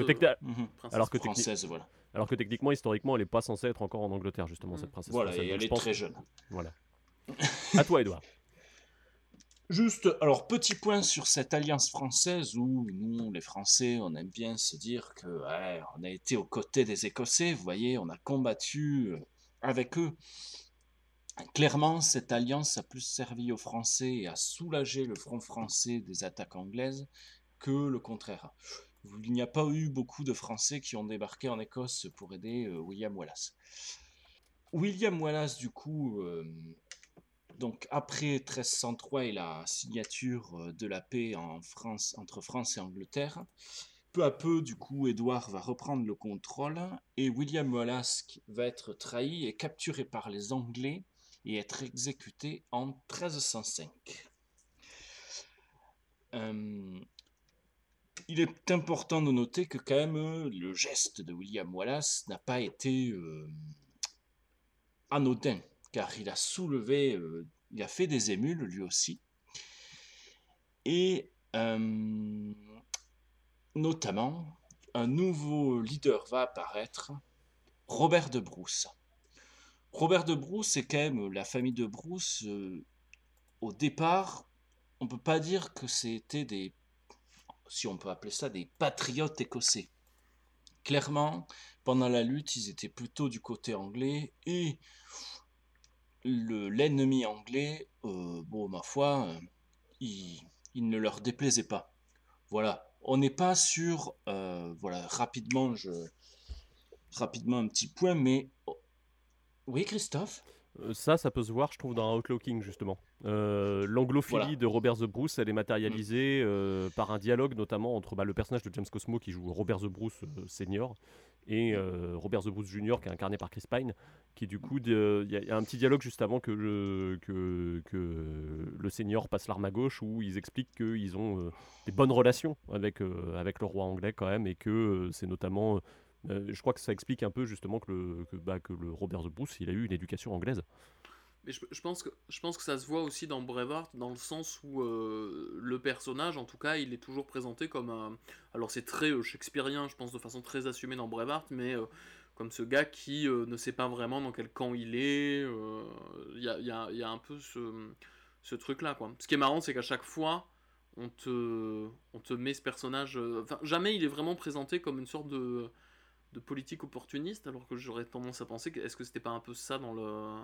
que techniquement, historiquement, elle n'est pas censée être encore en Angleterre, justement, cette princesse. Voilà, et elle est très jeune. Voilà. À toi, Édouard. Juste, alors, petit point sur cette alliance française où nous, les Français, on aime bien se dire que on a été aux côtés des Écossais, vous voyez, on a combattu avec eux. Clairement, cette alliance a plus servi aux Français et a soulagé le front français des attaques anglaises que le contraire. Il n'y a pas eu beaucoup de Français qui ont débarqué en Écosse pour aider William Wallace. William Wallace, du coup, donc après 1303 et la signature de la paix entre France et Angleterre, peu à peu, du coup, Édouard va reprendre le contrôle et William Wallace va être trahi et capturé par les Anglais et être exécuté en 1305. Il est important de noter que quand même le geste de William Wallace n'a pas été anodin, car il a soulevé, il a fait des émules lui aussi, et notamment un nouveau leader va apparaître, Robert de Bruce. Robert de Bruce, c'est quand même la famille de Bruce. Au départ, on peut pas dire que c'était des, si on peut appeler ça, des patriotes écossais. Clairement, pendant la lutte, ils étaient plutôt du côté anglais et l'ennemi anglais, ma foi, il ne leur déplaisait pas. Voilà, on n'est pas sur, rapidement un petit point, mais oui, Christophe. Ça peut se voir, je trouve, dans Outlooking, justement. L'anglophilie de Robert the Bruce, elle est matérialisée par un dialogue, notamment entre le personnage de James Cosmo, qui joue Robert the Bruce senior, et Robert the Bruce junior, qui est incarné par Chris Pine, qui du coup, il y a un petit dialogue juste avant que le senior passe l'arme à gauche, où ils expliquent qu'ils ont des bonnes relations avec le roi anglais, quand même, et que c'est notamment... je crois que ça explique un peu justement que le Robert the Bruce, il a eu une éducation anglaise. Mais je pense que ça se voit aussi dans Braveheart, dans le sens où le personnage, en tout cas, il est toujours présenté comme un... Alors c'est très shakespearien, je pense, de façon très assumée dans Braveheart, mais comme ce gars qui ne sait pas vraiment dans quel camp il est. Il y a un peu ce truc-là, quoi. Ce qui est marrant, c'est qu'à chaque fois, on te met ce personnage... jamais il est vraiment présenté comme une sorte de politique opportuniste, alors que j'aurais tendance à penser est-ce que c'était pas un peu ça dans le...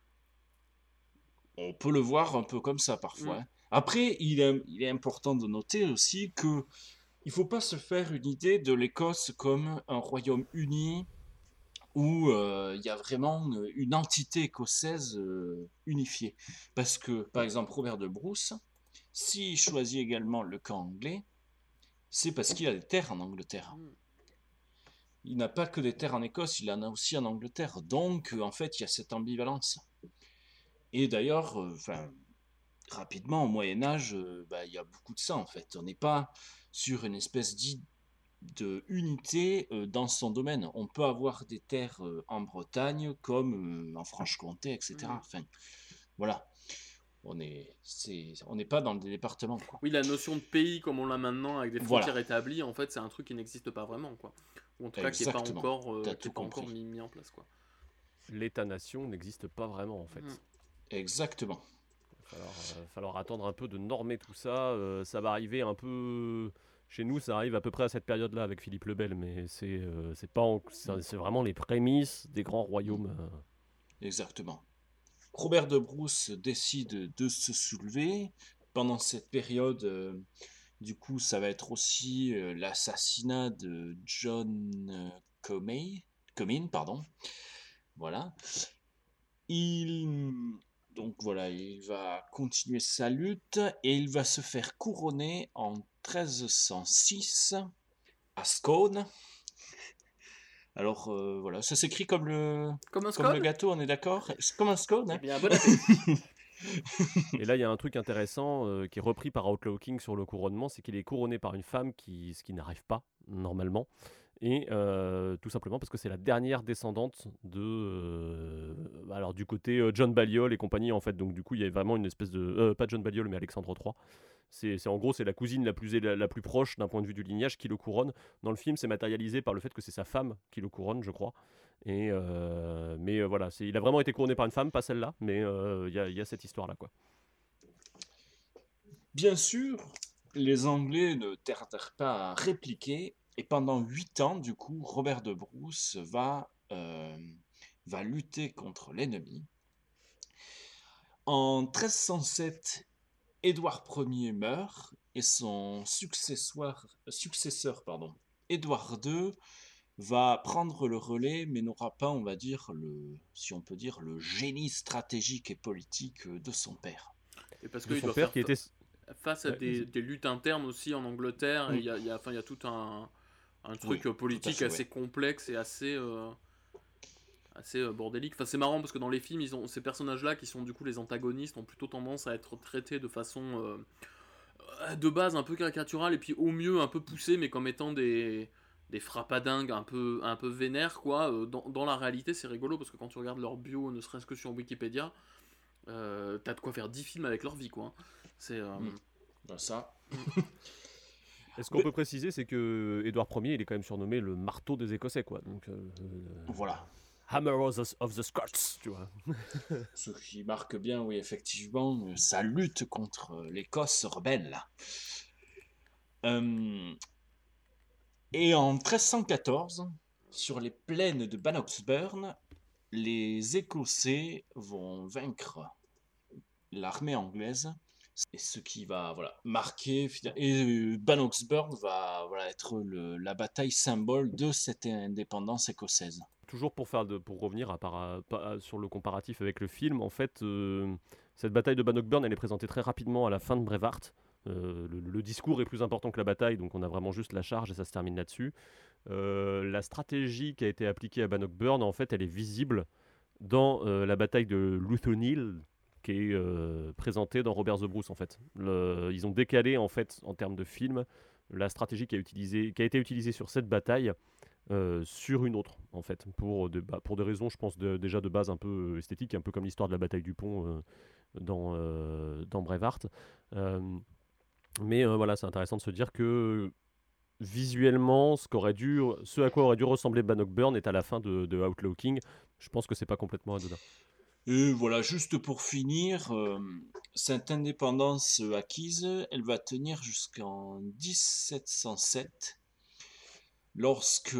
On peut le voir un peu comme ça parfois. Après, il est important de noter aussi que il faut pas se faire une idée de l'Écosse comme un royaume uni où il y a vraiment une entité écossaise unifiée. Parce que, par exemple, Robert de Bruce, s'il choisit également le camp anglais, c'est parce qu'il a des terres en Angleterre. Il n'a pas que des terres en Écosse, il en a aussi en Angleterre. Donc, en fait, il y a cette ambivalence. Et d'ailleurs, rapidement, au Moyen-Âge, il y a beaucoup de ça, en fait. On n'est pas sur une espèce d'unité dans son domaine. On peut avoir des terres en Bretagne, comme en Franche-Comté, etc. Enfin, voilà. On n'est pas dans des départements, quoi. Oui, la notion de pays, comme on l'a maintenant, avec des frontières établies, en fait, c'est un truc qui n'existe pas vraiment, quoi. Ou en tout cas, qui n'est pas encore mis en place, quoi. L'État-nation n'existe pas vraiment, en fait. Exactement. Il va falloir attendre un peu de normer tout ça. Ça va arriver un peu... Chez nous, ça arrive à peu près à cette période-là avec Philippe le Bel, mais c'est vraiment les prémices des grands royaumes. Exactement. Robert de Bruce décide de se soulever. Pendant cette période, du coup, ça va être aussi l'assassinat de John Comyn, pardon. Voilà. Donc voilà, il va continuer sa lutte et il va se faire couronner en 1306 à Scone. Alors voilà, ça s'écrit comme le gâteau, on est d'accord? Comme un scone, hein. Bien, bon appétit. Et là, il y a un truc intéressant qui est repris par Outlooking sur le couronnement, c'est qu'il est couronné par une femme, ce qui n'arrive pas normalement. Et tout simplement parce que c'est la dernière descendante du côté John Balliol et compagnie, en fait. Donc du coup, il y a vraiment une espèce de... pas John Balliol, mais Alexandre III. En gros, c'est la cousine la plus proche d'un point de vue du lignage qui le couronne. Dans le film, c'est matérialisé par le fait que c'est sa femme qui le couronne, je crois. Et mais voilà, il a vraiment été couronné par une femme, pas celle-là, mais il y a cette histoire-là, quoi. Bien sûr, les Anglais ne tardèrent pas à répliquer. Et pendant 8 ans, du coup, Robert de Bruce va lutter contre l'ennemi. En 1307, Édouard Ier meurt et son successeur, Édouard II, va prendre le relais, mais n'aura pas, on va dire, le génie stratégique et politique de son père. Et parce qu'il doit faire face à des luttes internes aussi en Angleterre, il y a tout un un truc politique assez complexe et assez bordélique. Enfin, c'est marrant parce que dans les films, ces personnages-là qui sont du coup les antagonistes ont plutôt tendance à être traités de façon de base un peu caricaturale et puis au mieux un peu poussée, mais comme étant des frappadingues un peu vénères, quoi. Dans la réalité, c'est rigolo parce que quand tu regardes leur bio, ne serait-ce que sur Wikipédia, t'as de quoi faire 10 films avec leur vie, quoi. C'est ça. Est-ce qu'on peut préciser, c'est que Édouard Ier, il est quand même surnommé le marteau des Écossais, quoi. Donc voilà. Hammer of the Scots, tu vois. Ce qui marque bien, oui, effectivement, sa lutte contre l'Écosse rebelle. Et en 1314, sur les plaines de Bannockburn, les Écossais vont vaincre l'armée anglaise, et ce qui va marquer, et Bannockburn va être la bataille symbole de cette indépendance écossaise. Toujours pour revenir sur le comparatif avec le film, en fait, cette bataille de Bannockburn, elle est présentée très rapidement à la fin de Braveheart. Le discours est plus important que la bataille, donc on a vraiment juste la charge et ça se termine là-dessus. La stratégie qui a été appliquée à Bannockburn, en fait, elle est visible dans la bataille de Luthonil, qui est présentée dans Robert the Bruce, en fait. Ils ont décalé, en fait, en termes de film, la stratégie qui a été utilisée sur cette bataille sur une autre, en fait, pour des raisons, je pense, déjà de base un peu esthétique, un peu comme l'histoire de la bataille du pont dans Braveheart. Mais voilà, c'est intéressant de se dire que visuellement, ce à quoi aurait dû ressembler Bannockburn est à la fin de Outlaw King. Je pense que c'est pas complètement anodin. Et voilà, juste pour finir, cette indépendance acquise, elle va tenir jusqu'en 1707, lorsque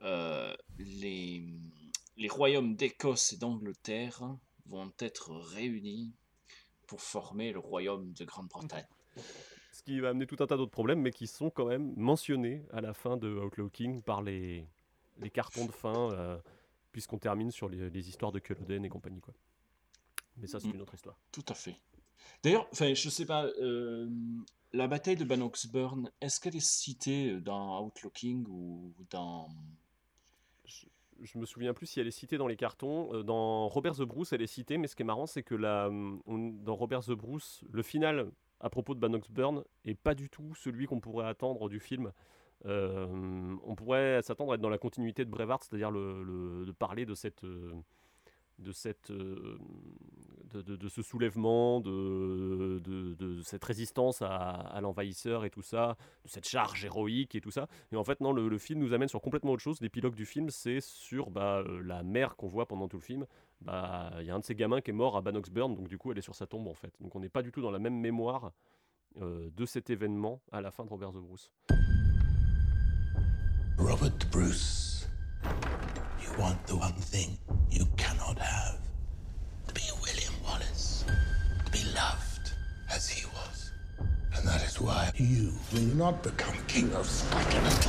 les royaumes d'Écosse et d'Angleterre vont être réunis pour former le royaume de Grande-Bretagne. Ce qui va amener tout un tas d'autres problèmes, mais qui sont quand même mentionnés à la fin de Outlaw King par les cartons de fin, puisqu'on termine sur les histoires de Culloden et compagnie, quoi. Mais ça, c'est une autre histoire. Tout à fait. D'ailleurs, je sais pas, la bataille de Bannockburn, est-ce qu'elle est citée dans Outlaw King ou dans... Je me souviens plus si elle est citée dans les cartons. Dans Robert the Bruce, elle est citée, mais ce qui est marrant, c'est que dans Robert the Bruce, le final à propos de Bannockburn est pas du tout celui qu'on pourrait attendre du film. On pourrait s'attendre à être dans la continuité de Braveheart, c'est-à-dire de parler de ce soulèvement, de cette résistance à l'envahisseur et tout ça, de cette charge héroïque et tout ça. Et en fait, non, le film nous amène sur complètement autre chose. L'épilogue du film, c'est sur la mère qu'on voit pendant tout le film. Il y a un de ces gamins qui est mort à Bannockburn, donc du coup, elle est sur sa tombe, en fait. Donc on n'est pas du tout dans la même mémoire de cet événement à la fin de Robert the Bruce. Robert the Bruce, you want the one thing you cannot have. To be William Wallace. To be loved as he was. And that is why you will not become King of Scotland.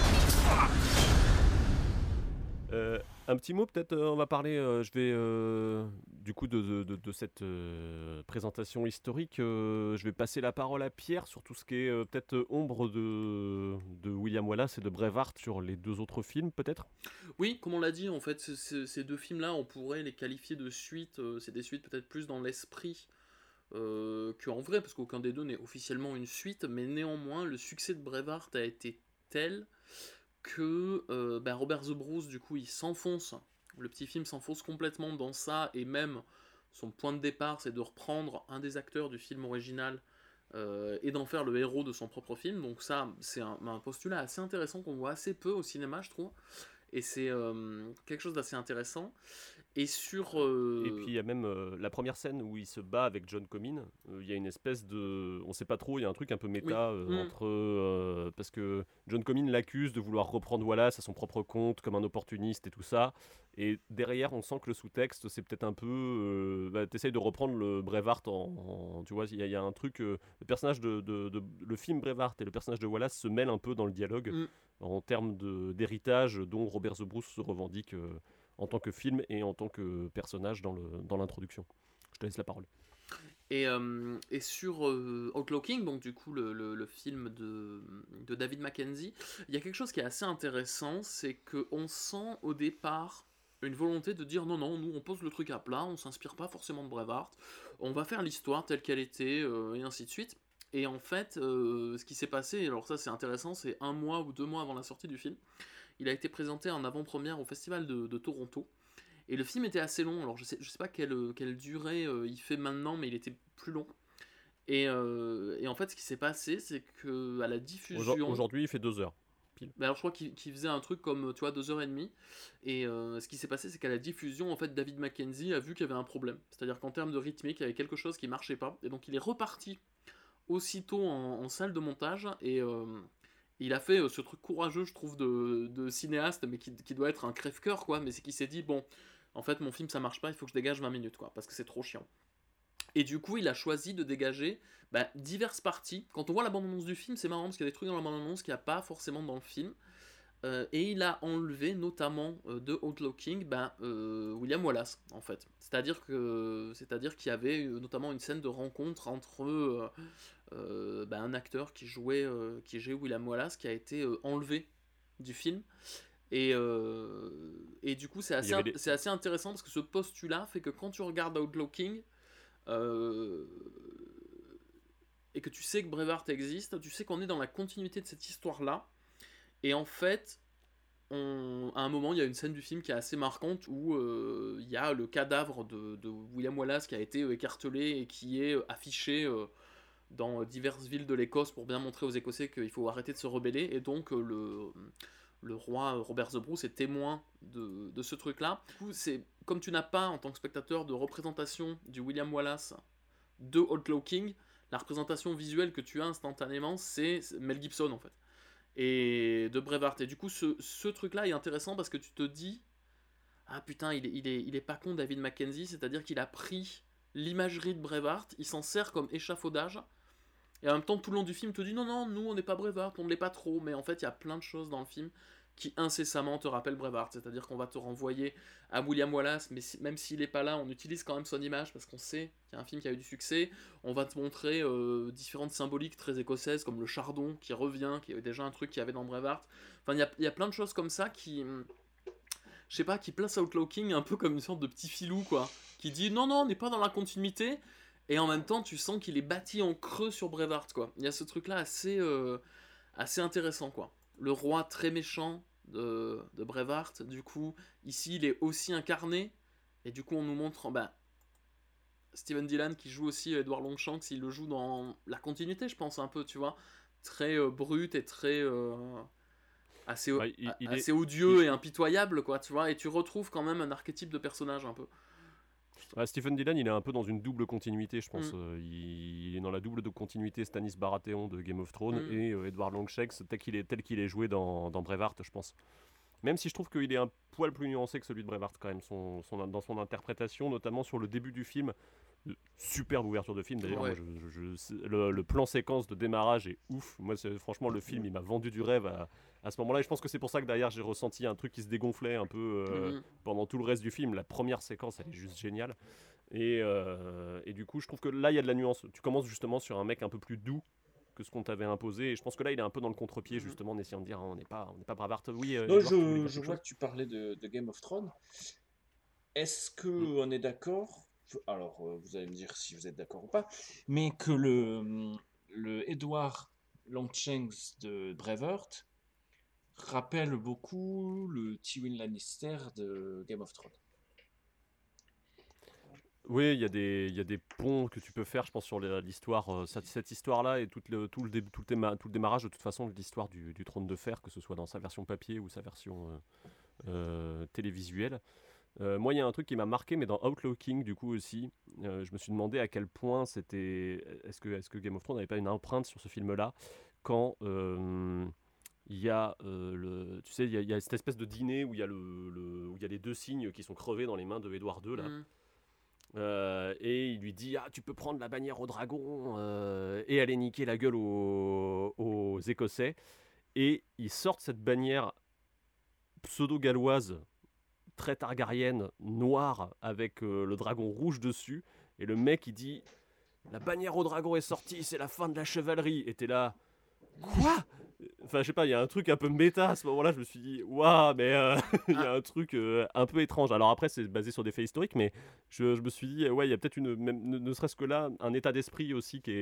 Un petit mot peut-être, on va parler, du coup de cette présentation historique, je vais passer la parole à Pierre sur tout ce qui est peut-être ombre de William Wallace et de Braveheart sur les deux autres films peut-être. Oui, comme on l'a dit, en fait, ces deux films-là, on pourrait les qualifier de suites, c'est des suites peut-être plus dans l'esprit qu'en vrai, parce qu'aucun des deux n'est officiellement une suite, mais néanmoins, le succès de Braveheart a été tel que Robert the Bruce, du coup, il s'enfonce, le petit film s'enfonce complètement dans ça, et même son point de départ, c'est de reprendre un des acteurs du film original et d'en faire le héros de son propre film. Donc ça, c'est un postulat assez intéressant qu'on voit assez peu au cinéma, je trouve, et c'est quelque chose d'assez intéressant. Et puis il y a même la première scène où il se bat avec John Comyn, il y a une espèce de... On sait pas trop, il y a un truc un peu méta entre... parce que John Comyn l'accuse de vouloir reprendre Wallace à son propre compte comme un opportuniste et tout ça. Et derrière, on sent que le sous-texte, c'est peut-être un peu... t'essayes de reprendre le Braveheart tu vois, il y a un truc... le personnage le film Braveheart et le personnage de Wallace se mêlent un peu dans le dialogue en termes d'héritage dont Robert the Bruce se revendique... en tant que film et en tant que personnage dans l'introduction. Je te laisse la parole. Et sur Outlooking, donc du coup le film de David Mackenzie, il y a quelque chose qui est assez intéressant, c'est qu'on sent au départ une volonté de dire non, nous on pose le truc à plat, on s'inspire pas forcément de Braveheart, on va faire l'histoire telle qu'elle était, et ainsi de suite. Et en fait, ce qui s'est passé, alors ça c'est intéressant, c'est 1 mois ou 2 mois avant la sortie du film, il a été présenté en avant-première au Festival de Toronto. Et le film était assez long, alors je sais pas quelle durée il fait maintenant, mais il était plus long. Et en fait, ce qui s'est passé, c'est que à la diffusion... Aujourd'hui, il fait 2 heures. Pile. Alors je crois qu'il faisait un truc comme, tu vois, 2h30. Et ce qui s'est passé, c'est qu'à la diffusion, en fait, David Mackenzie a vu qu'il y avait un problème. C'est-à-dire qu'en termes de rythmique, il y avait quelque chose qui marchait pas. Et donc il est reparti aussitôt en salle de montage, et... il a fait ce truc courageux, je trouve, de cinéaste, mais qui doit être un crève-cœur, quoi. Mais c'est qu'il s'est dit, bon, en fait, mon film, ça marche pas, il faut que je dégage 20 minutes, quoi, parce que c'est trop chiant. Et du coup, il a choisi de dégager diverses parties. Quand on voit la bande-annonce du film, c'est marrant, parce qu'il y a des trucs dans la bande-annonce qu'il n'y a pas forcément dans le film. Et il a enlevé, notamment de Outlooking, William Wallace, en fait. C'est-à-dire qu'il y avait notamment une scène de rencontre entre... un acteur qui jouait William Wallace, qui a été enlevé du film, et du coup c'est assez intéressant, parce que ce postulat fait que quand tu regardes Outlooking et que tu sais que Braveheart existe, tu sais qu'on est dans la continuité de cette histoire là, et en fait à un moment il y a une scène du film qui est assez marquante où il y a le cadavre de William Wallace qui a été écartelé et qui est affiché dans diverses villes de l'Écosse pour bien montrer aux Écossais qu'il faut arrêter de se rebeller, et donc le roi Robert the Bruce est témoin de ce truc-là. Du coup, c'est comme tu n'as pas, en tant que spectateur, de représentation du William Wallace de Outlooking, la représentation visuelle que tu as instantanément, c'est Mel Gibson, en fait, et de Braveheart. Et du coup, ce truc-là est intéressant, parce que tu te dis, ah putain, il est pas con, David Mackenzie, c'est-à-dire qu'il a pris l'imagerie de Braveheart, il s'en sert comme échafaudage, et en même temps tout le long du film te dit non, nous on n'est pas Braveheart, on ne l'est pas trop, mais en fait il y a plein de choses dans le film qui incessamment te rappellent Braveheart, c'est-à-dire qu'on va te renvoyer à William Wallace, mais même s'il n'est pas là, on utilise quand même son image, parce qu'on sait qu'il y a un film qui a eu du succès, on va te montrer différentes symboliques très écossaises, comme le chardon qui revient, qui est déjà un truc qu'il y avait dans Braveheart, enfin il y a plein de choses comme ça qui... je sais pas, qui place Outlooking un peu comme une sorte de petit filou, quoi, qui dit non, on n'est pas dans la continuité, et en même temps tu sens qu'il est bâti en creux sur Braveheart, quoi. Il y a ce truc là assez intéressant, quoi. Le roi très méchant de Braveheart, du coup ici il est aussi incarné, et du coup on nous montre Steven Dillon qui joue aussi Edward Longshanks, il le joue dans la continuité, je pense, un peu, tu vois, très brut et très assez odieux et impitoyable, quoi, tu vois, et tu retrouves quand même un archétype de personnage un peu. Stephen Dillon, il est un peu dans une double continuité, je pense. Il est dans la double continuité Stannis Baratheon de Game of Thrones et Edward Longshanks tel qu'il est joué dans Braveheart, je pense. Même si je trouve qu'il est un poil plus nuancé que celui de Braveheart quand même, dans son interprétation, notamment sur le début du film. Superbe ouverture de film d'ailleurs. Ouais. Le plan séquence de démarrage est ouf. Moi, franchement, le film, il m'a vendu du rêve à ce moment-là. Et je pense que c'est pour ça que derrière, j'ai ressenti un truc qui se dégonflait un peu pendant tout le reste du film. La première séquence, elle est juste géniale. Et du coup, je trouve que là, il y a de la nuance. Tu commences justement sur un mec un peu plus doux que ce qu'on t'avait imposé. Et je pense que là, il est un peu dans le contre-pied, justement, en essayant de dire on n'est pas Braveheart. Oui, non, je vois que tu parlais de Game of Thrones. Est-ce qu'on est d'accord? Alors, vous allez me dire si vous êtes d'accord ou pas, mais que le Edward Longshanks de Braveheart rappelle beaucoup le Tywin Lannister de Game of Thrones. Oui, il y a des ponts que tu peux faire, je pense, sur l'histoire, cette histoire-là et tout le démarrage de toute façon de l'histoire du Trône de Fer, que ce soit dans sa version papier ou sa version télévisuelle. Moi, il y a un truc qui m'a marqué, mais dans Outlooking, du coup aussi, je me suis demandé à quel point c'était... Est-ce que Game of Thrones n'avait pas une empreinte sur ce film-là, quand il y a tu sais, il y a cette espèce de dîner où il y a où il y a les 2 cygnes qui sont crevés dans les mains de Édouard II là. Et il lui dit tu peux prendre la bannière au dragon et aller niquer la gueule aux Écossais, et ils sortent cette bannière pseudo-galloise très targaryenne, noire, avec le dragon rouge dessus, et le mec il dit la bannière au dragon est sortie, c'est la fin de la chevalerie. Et t'es là, quoi ? Enfin, je sais pas, il y a un truc un peu méta à ce moment-là. Je me suis dit, waouh, mais il y a un truc un peu étrange. Alors après, c'est basé sur des faits historiques, mais je me suis dit, ouais, il y a peut-être même, ne serait-ce que là, un état d'esprit aussi qui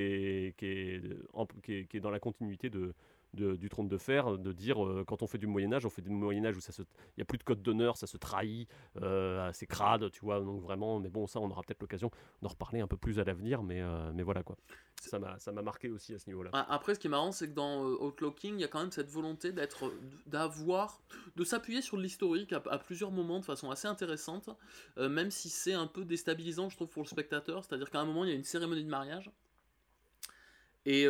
est dans la continuité du Trône de Fer, de dire quand on fait du Moyen-Âge, on fait du Moyen-Âge où il n'y a plus de code d'honneur, ça se trahit, c'est crade, tu vois, donc vraiment, mais bon, ça on aura peut-être l'occasion d'en reparler un peu plus à l'avenir, mais voilà quoi. Ça m'a marqué aussi à ce niveau-là. Après, ce qui est marrant, c'est que dans Outlooking, il y a quand même cette volonté de s'appuyer sur de l'historique à plusieurs moments de façon assez intéressante, même si c'est un peu déstabilisant, je trouve, pour le spectateur. C'est-à-dire qu'à un moment, il y a une cérémonie de mariage. Et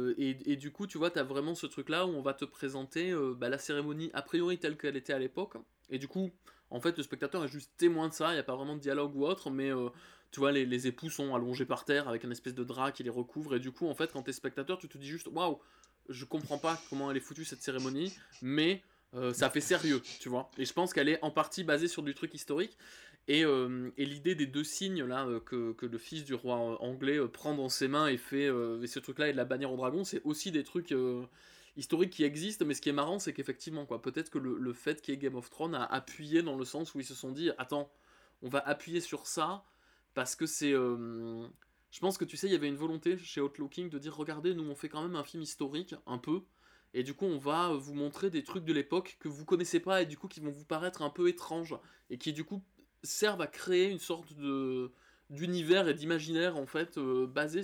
du coup, tu vois, t'as vraiment ce truc-là où on va te présenter la cérémonie a priori telle qu'elle était à l'époque. Et du coup, en fait, le spectateur est juste témoin de ça. Il n'y a pas vraiment de dialogue ou autre, mais tu vois, les époux sont allongés par terre avec une espèce de drap qui les recouvre. Et du coup, en fait, quand t'es spectateur, tu te dis juste, waouh, je comprends pas comment elle est foutue cette cérémonie, mais ça fait sérieux, tu vois. Et je pense qu'elle est en partie basée sur du truc historique. Et l'idée des 2 signes là que le fils du roi anglais prend dans ses mains et fait et ce truc là et de la bannière au dragon, c'est aussi des trucs historiques qui existent, mais ce qui est marrant c'est qu'effectivement quoi, peut-être que le fait qu'il y ait Game of Thrones a appuyé dans le sens où ils se sont dit attends, on va appuyer sur ça parce que c'est je pense que tu sais il y avait une volonté chez Outlooking de dire regardez, nous on fait quand même un film historique un peu. Et du coup, on va vous montrer des trucs de l'époque que vous connaissez pas et du coup qui vont vous paraître un peu étranges et qui du coup servent à créer une sorte d'univers et d'imaginaire en fait basé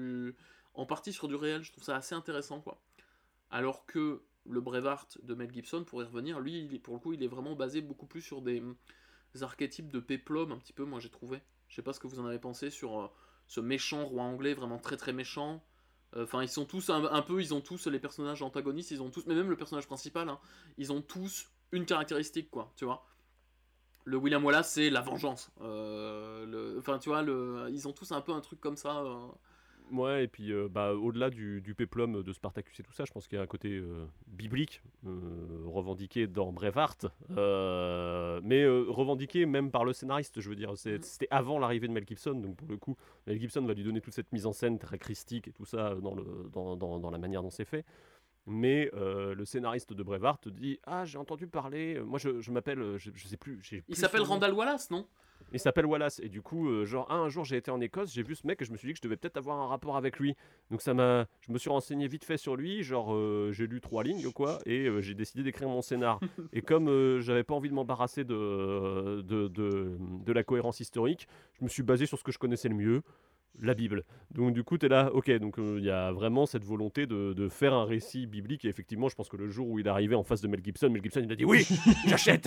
en partie sur du réel. Je trouve ça assez intéressant quoi. Alors que le Braveheart de Mel Gibson, pour y revenir, lui pour le coup il est vraiment basé beaucoup plus sur des archétypes de péplum un petit peu, moi j'ai trouvé. Je sais pas ce que vous en avez pensé sur ce méchant roi anglais vraiment très très méchant. Enfin, ils sont tous un peu, ils ont tous les personnages antagonistes, ils ont tous, mais même le personnage principal, hein, ils ont tous une caractéristique, quoi, tu vois. Le William Wallace, c'est la vengeance. Enfin, tu vois, ils ont tous un peu un truc comme ça. Ouais, et puis au-delà du péplum de Spartacus et tout ça, je pense qu'il y a un côté biblique revendiqué dans Braveheart, mais revendiqué même par le scénariste, je veux dire. C'était avant l'arrivée de Mel Gibson, donc pour le coup, Mel Gibson va lui donner toute cette mise en scène très christique et tout ça dans la manière dont c'est fait. Mais le scénariste de Braveheart dit « Ah, j'ai entendu parler, moi je m'appelle, je sais plus... » Il s'appelle Randall Wallace, non ? Il s'appelle Wallace, et du coup, un jour j'ai été en Écosse, j'ai vu ce mec et je me suis dit que je devais peut-être avoir un rapport avec lui. Donc je me suis renseigné vite fait sur lui, j'ai lu 3 lignes quoi, et j'ai décidé d'écrire mon scénar. Et comme j'avais pas envie de m'embarrasser de la cohérence historique, je me suis basé sur ce que je connaissais le mieux, la Bible. Donc du coup t'es là, ok, donc il y a vraiment cette volonté de faire un récit biblique, et effectivement je pense que le jour où il est arrivé en face de Mel Gibson il a dit oui, j'achète.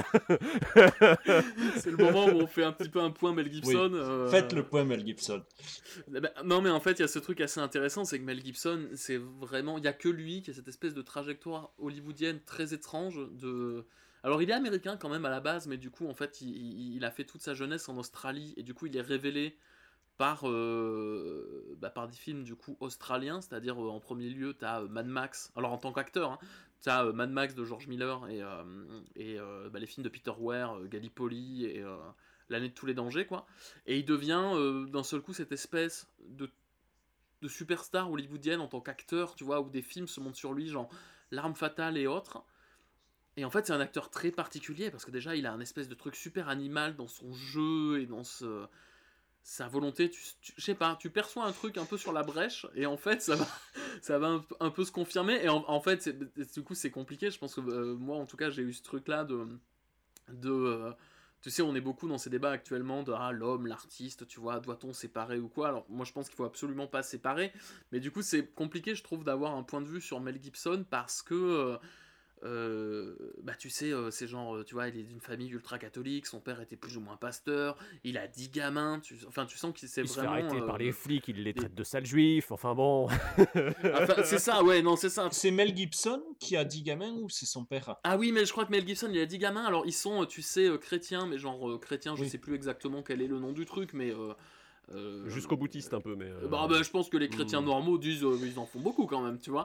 C'est le moment où on fait un petit peu un point Mel Gibson. Oui. Faites le point Mel Gibson. Non mais en fait il y a ce truc assez intéressant, c'est que Mel Gibson, c'est vraiment, il y a que lui qui a cette espèce de trajectoire hollywoodienne très étrange alors il est américain quand même à la base, mais du coup en fait il a fait toute sa jeunesse en Australie, et du coup il est révélé par des films du coup australiens, c'est-à-dire en premier lieu t'as Mad Max, alors en tant qu'acteur, hein, t'as Mad Max de George Miller et les films de Peter Weir, Gallipoli et L'année de tous les dangers quoi, et il devient d'un seul coup cette espèce de superstar hollywoodienne en tant qu'acteur, tu vois, où des films se montent sur lui, genre L'Arme Fatale et autres. Et en fait c'est un acteur très particulier parce que déjà il a un espèce de truc super animal dans son jeu et dans sa volonté, je sais pas, tu perçois un truc un peu sur la brèche, et en fait ça va un peu se confirmer, et en fait du coup c'est compliqué. Je pense que moi en tout cas j'ai eu ce truc là tu sais, on est beaucoup dans ces débats actuellement de l'homme, l'artiste, tu vois, doit-on séparer ou quoi. Alors moi je pense qu'il faut absolument pas séparer, mais du coup c'est compliqué je trouve d'avoir un point de vue sur Mel Gibson parce que tu sais, c'est genre, tu vois, il est d'une famille ultra catholique, son père était plus ou moins pasteur, il a 10 gamins, tu sens qu'il s'est vraiment... Il se fait arrêter par les flics, il les traite de sales juifs, enfin bon... c'est ça, ouais, non, c'est ça. C'est Mel Gibson qui a 10 gamins ou c'est son père ? Ah oui, mais je crois que Mel Gibson, il a 10 gamins, alors ils sont, tu sais, chrétiens, mais genre chrétiens, je sais plus exactement quel est le nom du truc, mais... jusqu'au boutiste un peu, mais je pense que les chrétiens normaux disent ils en font beaucoup quand même, tu vois.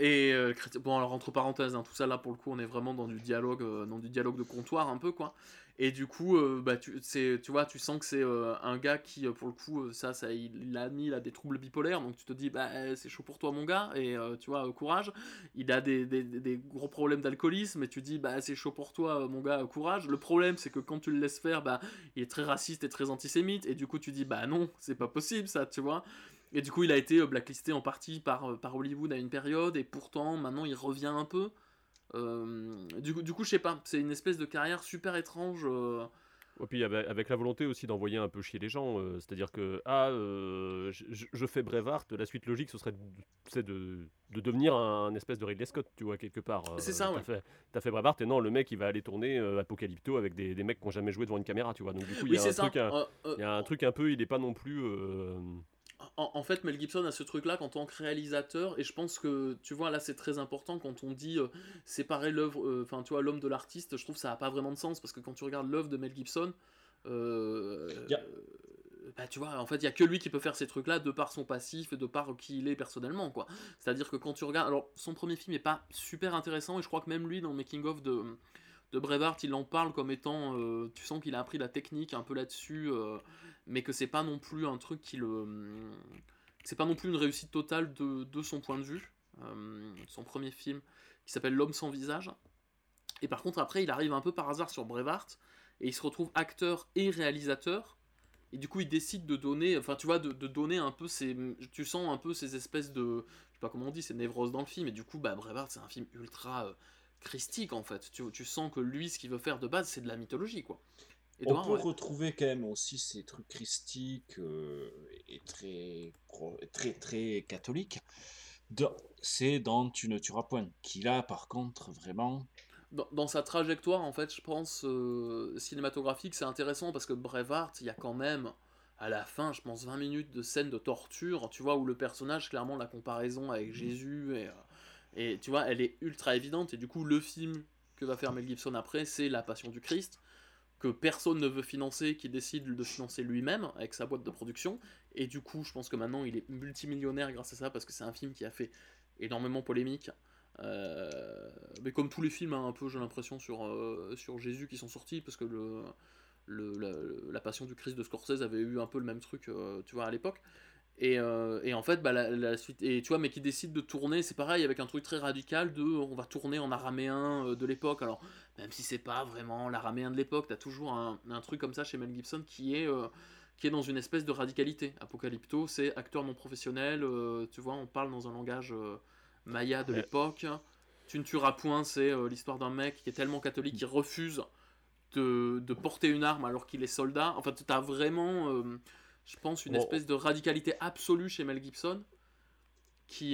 Bon alors entre parenthèses, hein, tout ça là pour le coup on est vraiment dans du dialogue de comptoir un peu quoi. Et du coup, tu vois, tu sens que c'est un gars qui, pour le coup, il a des troubles bipolaires, donc tu te dis, c'est chaud pour toi, mon gars, et tu vois, courage. Il a des gros problèmes d'alcoolisme, et tu dis, c'est chaud pour toi, mon gars, courage. Le problème, c'est que quand tu le laisses faire, il est très raciste et très antisémite, et du coup, tu dis, non, c'est pas possible, ça, tu vois. Et du coup, il a été blacklisté en partie par Hollywood à une période, et pourtant, maintenant, il revient un peu. Du coup, je sais pas, c'est une espèce de carrière super étrange. Et puis avec la volonté aussi d'envoyer un peu chier les gens, c'est-à-dire que je fais Braveheart, la suite logique ce serait de devenir un espèce de Ridley Scott, tu vois, quelque part. C'est ça, ouais. T'as fait Braveheart et non, le mec il va aller tourner Apocalypto avec des mecs qui n'ont jamais joué devant une caméra, tu vois. Donc du coup il y a un truc un peu, il est pas non plus. En fait, Mel Gibson a ce truc-là en tant que réalisateur, et je pense que, tu vois, là c'est très important quand on dit séparer l'œuvre, tu vois, l'homme de l'artiste, je trouve que ça n'a pas vraiment de sens, parce que quand tu regardes l'œuvre de Mel Gibson, tu vois, en fait, il n'y a que lui qui peut faire ces trucs-là de par son passif et de par qui il est personnellement, quoi. C'est-à-dire que quand tu regardes, alors son premier film n'est pas super intéressant, et je crois que même lui, dans le making-of de Braveheart, il en parle comme étant, tu sens qu'il a appris la technique un peu là-dessus, mais que c'est pas non plus un truc c'est pas non plus une réussite totale de son point de vue. Son premier film qui s'appelle L'homme sans visage. Et par contre après il arrive un peu par hasard sur Braveheart et il se retrouve acteur et réalisateur. Et du coup il décide de donner, de donner un peu tu sens un peu ces espèces de, je sais pas comment on dit, ces névroses dans le film. Et du coup Braveheart c'est un film ultra christique en fait. Tu sens que lui ce qu'il veut faire de base c'est de la mythologie, quoi. On peut retrouver quand même aussi ces trucs christiques et très très catholiques. C'est dans Tu ne tueras point, qui là par contre vraiment... Dans sa trajectoire en fait je pense cinématographique c'est intéressant parce que Braveheart il y a quand même à la fin je pense 20 minutes de scène de torture, tu vois, où le personnage clairement la comparaison avec Jésus et tu vois elle est ultra évidente, et du coup le film que va faire Mel Gibson après c'est La Passion du Christ, que personne ne veut financer, qui décide de financer lui-même avec sa boîte de production, et du coup je pense que maintenant il est multimillionnaire grâce à ça, parce que c'est un film qui a fait énormément polémique, mais comme tous les films un peu j'ai l'impression sur Jésus qui sont sortis, parce que la Passion du Christ de Scorsese avait eu un peu le même truc, tu vois, à l'époque. Et en fait, la suite, et tu vois, mais qui décide de tourner, c'est pareil, avec un truc très radical on va tourner en araméen de l'époque. Alors, même si c'est pas vraiment l'araméen de l'époque, t'as toujours un truc comme ça chez Mel Gibson qui est dans une espèce de radicalité. Apocalypto, c'est acteur non professionnel, tu vois, on parle dans un langage maya de l'époque. Tu ne tueras point, c'est l'histoire d'un mec qui est tellement catholique qu'il refuse de porter une arme alors qu'il est soldat. Enfin, t'as vraiment... je pense une espèce de radicalité absolue chez Mel Gibson qui,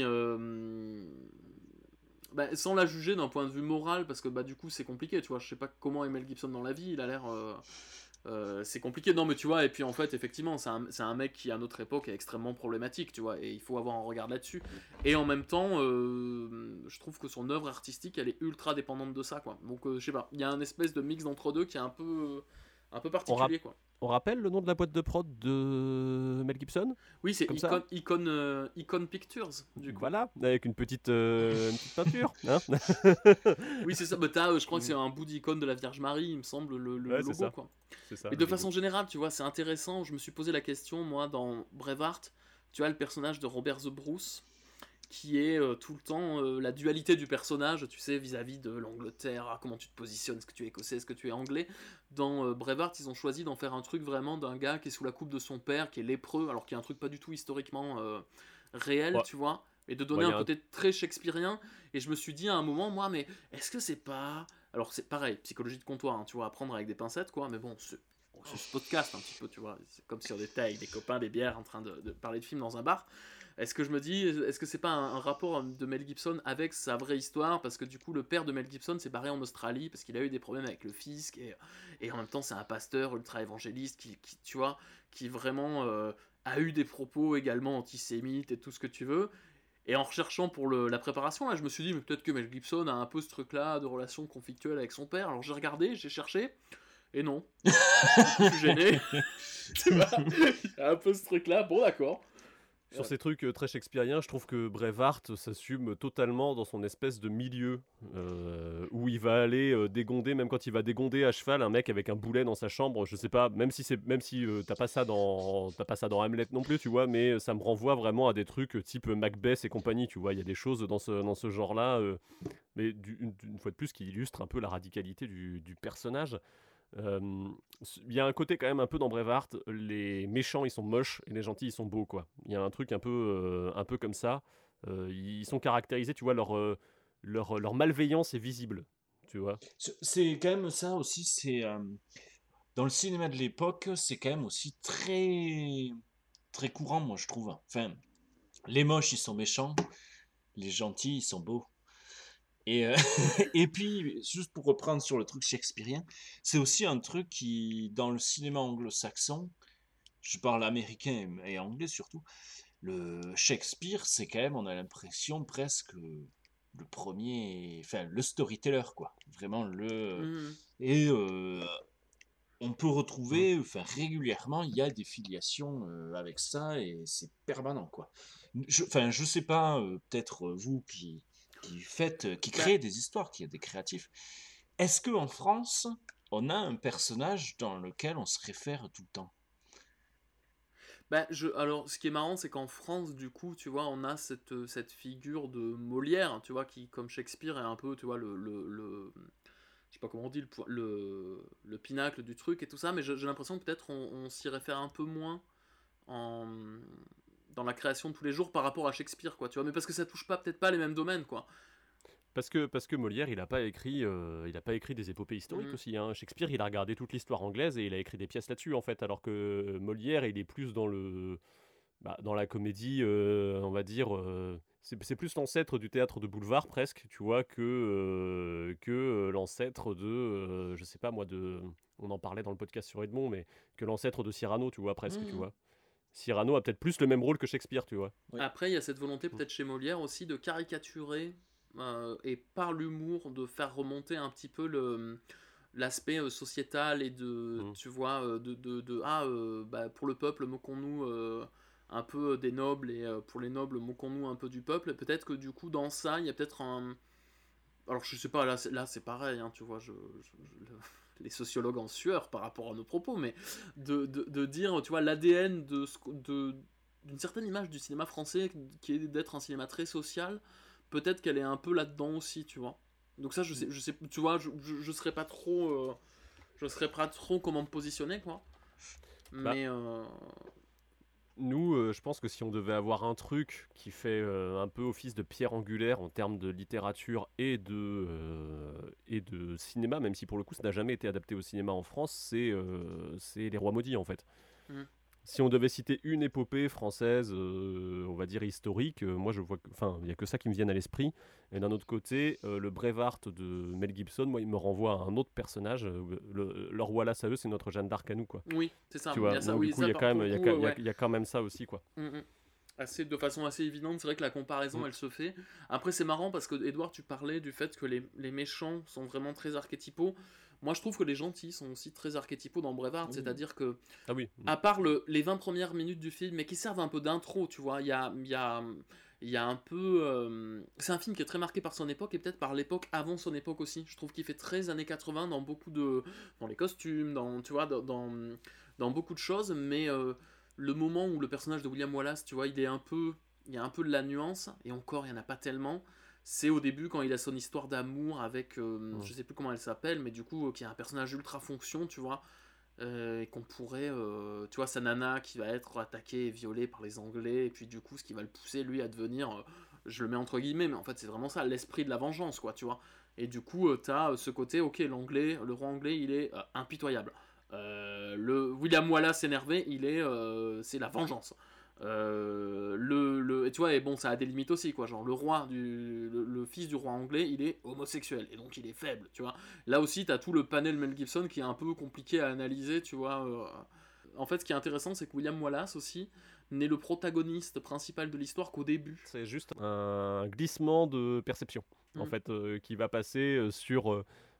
sans la juger d'un point de vue moral, parce que du coup c'est compliqué, tu vois, je sais pas comment est Mel Gibson dans la vie, il a l'air... c'est compliqué, non mais tu vois, et puis en fait effectivement c'est un mec qui à notre époque est extrêmement problématique, tu vois, et il faut avoir un regard là-dessus, et en même temps je trouve que son œuvre artistique elle est ultra dépendante de ça, quoi, donc je sais pas, il y a un espèce de mix d'entre deux qui est un peu particulier, quoi. On rappelle le nom de la boîte de prod de Mel Gibson ? Oui, c'est Icon Pictures, du coup. Voilà, avec une petite peinture. Hein. Oui, c'est ça. Je crois que c'est un bout d'icône de la Vierge Marie, il me semble, le logo, ça. quoi. C'est ça. Mais de façon générale, tu vois, c'est intéressant. Je me suis posé la question, moi, dans Braveheart, tu as le personnage de Robert the Bruce, qui est tout le temps la dualité du personnage, tu sais, vis-à-vis de l'Angleterre, comment tu te positionnes, est-ce que tu es écossais, est-ce que tu es anglais. Dans Braveheart, ils ont choisi d'en faire un truc vraiment d'un gars qui est sous la coupe de son père, qui est lépreux, alors qu'il y a un truc pas du tout historiquement réel, tu vois, et de donner un côté très shakespearien. Et je me suis dit à un moment, moi, mais est-ce que c'est pas... Alors c'est pareil, psychologie de comptoir, hein, tu vois, à prendre avec des pincettes, quoi, mais bon, c'est ce podcast un petit peu, tu vois, c'est comme si on était avec des copains, des bières, en train de parler de films dans un bar. Est-ce que je me dis, est-ce que c'est pas un rapport de Mel Gibson avec sa vraie histoire, parce que du coup le père de Mel Gibson s'est barré en Australie parce qu'il a eu des problèmes avec le fisc, et en même temps c'est un pasteur ultra évangéliste qui tu vois, qui vraiment a eu des propos également antisémites et tout ce que tu veux. Et en recherchant pour la préparation, là, je me suis dit, mais peut-être que Mel Gibson a un peu ce truc-là de relation conflictuelle avec son père. Alors j'ai regardé, j'ai cherché, et non. Je suis gêné. Tu vois, il y a un peu ce truc-là, bon d'accord. Sur ces trucs très shakespeariens, je trouve que Braveheart s'assume totalement dans son espèce de milieu où il va aller dégonder, même quand il va dégonder à cheval un mec avec un boulet dans sa chambre, je sais pas, même si t'as pas ça dans Hamlet non plus, tu vois, mais ça me renvoie vraiment à des trucs type Macbeth et compagnie, tu vois, il y a des choses dans ce genre-là, mais une fois de plus qui illustre un peu la radicalité du personnage. Il y a un côté quand même un peu dans Braveheart, les méchants ils sont moches et les gentils ils sont beaux, quoi. Il y a un truc un peu comme ça. Ils sont caractérisés, tu vois, leur malveillance est visible, tu vois. C'est quand même ça aussi, c'est dans le cinéma de l'époque, c'est quand même aussi très très courant, moi je trouve. Enfin, les moches ils sont méchants, les gentils ils sont beaux. Et, et puis, juste pour reprendre sur le truc shakespearien, c'est aussi un truc qui, dans le cinéma anglo-saxon, je parle américain et anglais surtout, le Shakespeare, c'est quand même, on a l'impression, presque le premier, enfin, le storyteller, quoi. Vraiment Et on peut retrouver, enfin, régulièrement, il y a des filiations avec ça, et c'est permanent, quoi. Je sais pas, peut-être vous qui créent des histoires, qui est des créatifs. Est-ce qu'en France, on a un personnage dans lequel on se réfère tout le temps ? Alors, ce qui est marrant, c'est qu'en France, du coup, tu vois, on a cette figure de Molière, tu vois, qui, comme Shakespeare, est un peu, tu vois, je sais pas comment on dit, le pinacle du truc et tout ça, mais j'ai l'impression que peut-être on s'y réfère un peu moins dans la création de tous les jours par rapport à Shakespeare, quoi, tu vois, mais parce que ça touche peut-être pas les mêmes domaines, quoi. Parce que Molière, il a pas écrit des épopées historiques aussi, hein. Shakespeare, il a regardé toute l'histoire anglaise et il a écrit des pièces là-dessus, en fait, alors que Molière, il est plus dans la comédie, on va dire, c'est plus l'ancêtre du théâtre de boulevard, presque, tu vois, que l'ancêtre de, je sais pas moi, on en parlait dans le podcast sur Edmond, mais que l'ancêtre de Cyrano, tu vois, presque, tu vois. Cyrano a peut-être plus le même rôle que Shakespeare, tu vois. Après, il y a cette volonté peut-être chez Molière aussi de caricaturer et par l'humour de faire remonter un petit peu l'aspect sociétal et tu vois, pour le peuple, moquons-nous un peu des nobles et pour les nobles, moquons-nous un peu du peuple. Et peut-être que du coup, dans ça, il y a peut-être un... Alors, je sais pas, là c'est pareil, hein, tu vois, les sociologues en sueur par rapport à nos propos, mais de dire, tu vois, l'ADN d'une certaine image du cinéma français qui est d'être un cinéma très social, peut-être qu'elle est un peu là-dedans aussi, tu vois. Donc ça, je sais, tu vois, je serais pas trop, comment me positionner, quoi. Mais nous, je pense que si on devait avoir un truc qui fait un peu office de pierre angulaire en termes de littérature et de cinéma, même si pour le coup ça n'a jamais été adapté au cinéma en France, c'est Les Rois Maudits, en fait. Si on devait citer une épopée française, on va dire historique, moi je vois, enfin, il y a que ça qui me vienne à l'esprit. Et d'un autre côté, le Braveheart de Mel Gibson, moi, il me renvoie à un autre personnage. Leur Wallace à eux, c'est notre Jeanne d'Arc à nous, quoi. Oui, c'est ça. Tu vois, ça, donc, oui, du coup, ça, il y a quand même ça aussi, quoi. De façon assez évidente, c'est vrai que la comparaison, elle se fait. Après, c'est marrant parce que, Edouard, tu parlais du fait que les méchants sont vraiment très archétypaux. Moi, je trouve que les gentils sont aussi très archétypaux dans Braveheart, c'est-à-dire que, à part les 20 premières minutes du film, mais qui servent un peu d'intro, tu vois, il y a un peu... c'est un film qui est très marqué par son époque, et peut-être par l'époque avant son époque aussi. Je trouve qu'il fait très années 80 dans dans les costumes, dans beaucoup de choses, mais le moment où le personnage de William Wallace, tu vois, il y a un peu de la nuance, et encore, il n'y en a pas tellement. C'est au début quand il a son histoire d'amour avec, je sais plus comment elle s'appelle, mais du coup, qui est un personnage ultra fonction, tu vois, et qu'on pourrait, tu vois, sa nana qui va être attaquée et violée par les Anglais, et puis du coup, ce qui va le pousser, lui, à devenir, je le mets entre guillemets, mais en fait, c'est vraiment ça, l'esprit de la vengeance, quoi, tu vois. Et du coup, t'as ce côté, ok, le roi anglais, il est impitoyable. Le William Wallace énervé, c'est la vengeance. Et tu vois, et bon, ça a des limites aussi, quoi, genre le fils du roi anglais, il est homosexuel et donc il est faible, tu vois. Là aussi t'as tout le panel Mel Gibson qui est un peu compliqué à analyser, tu vois. En fait, ce qui est intéressant, c'est que William Wallace aussi n'est le protagoniste principal de l'histoire qu'au début. C'est juste un glissement de perception, en fait, qui va passer sur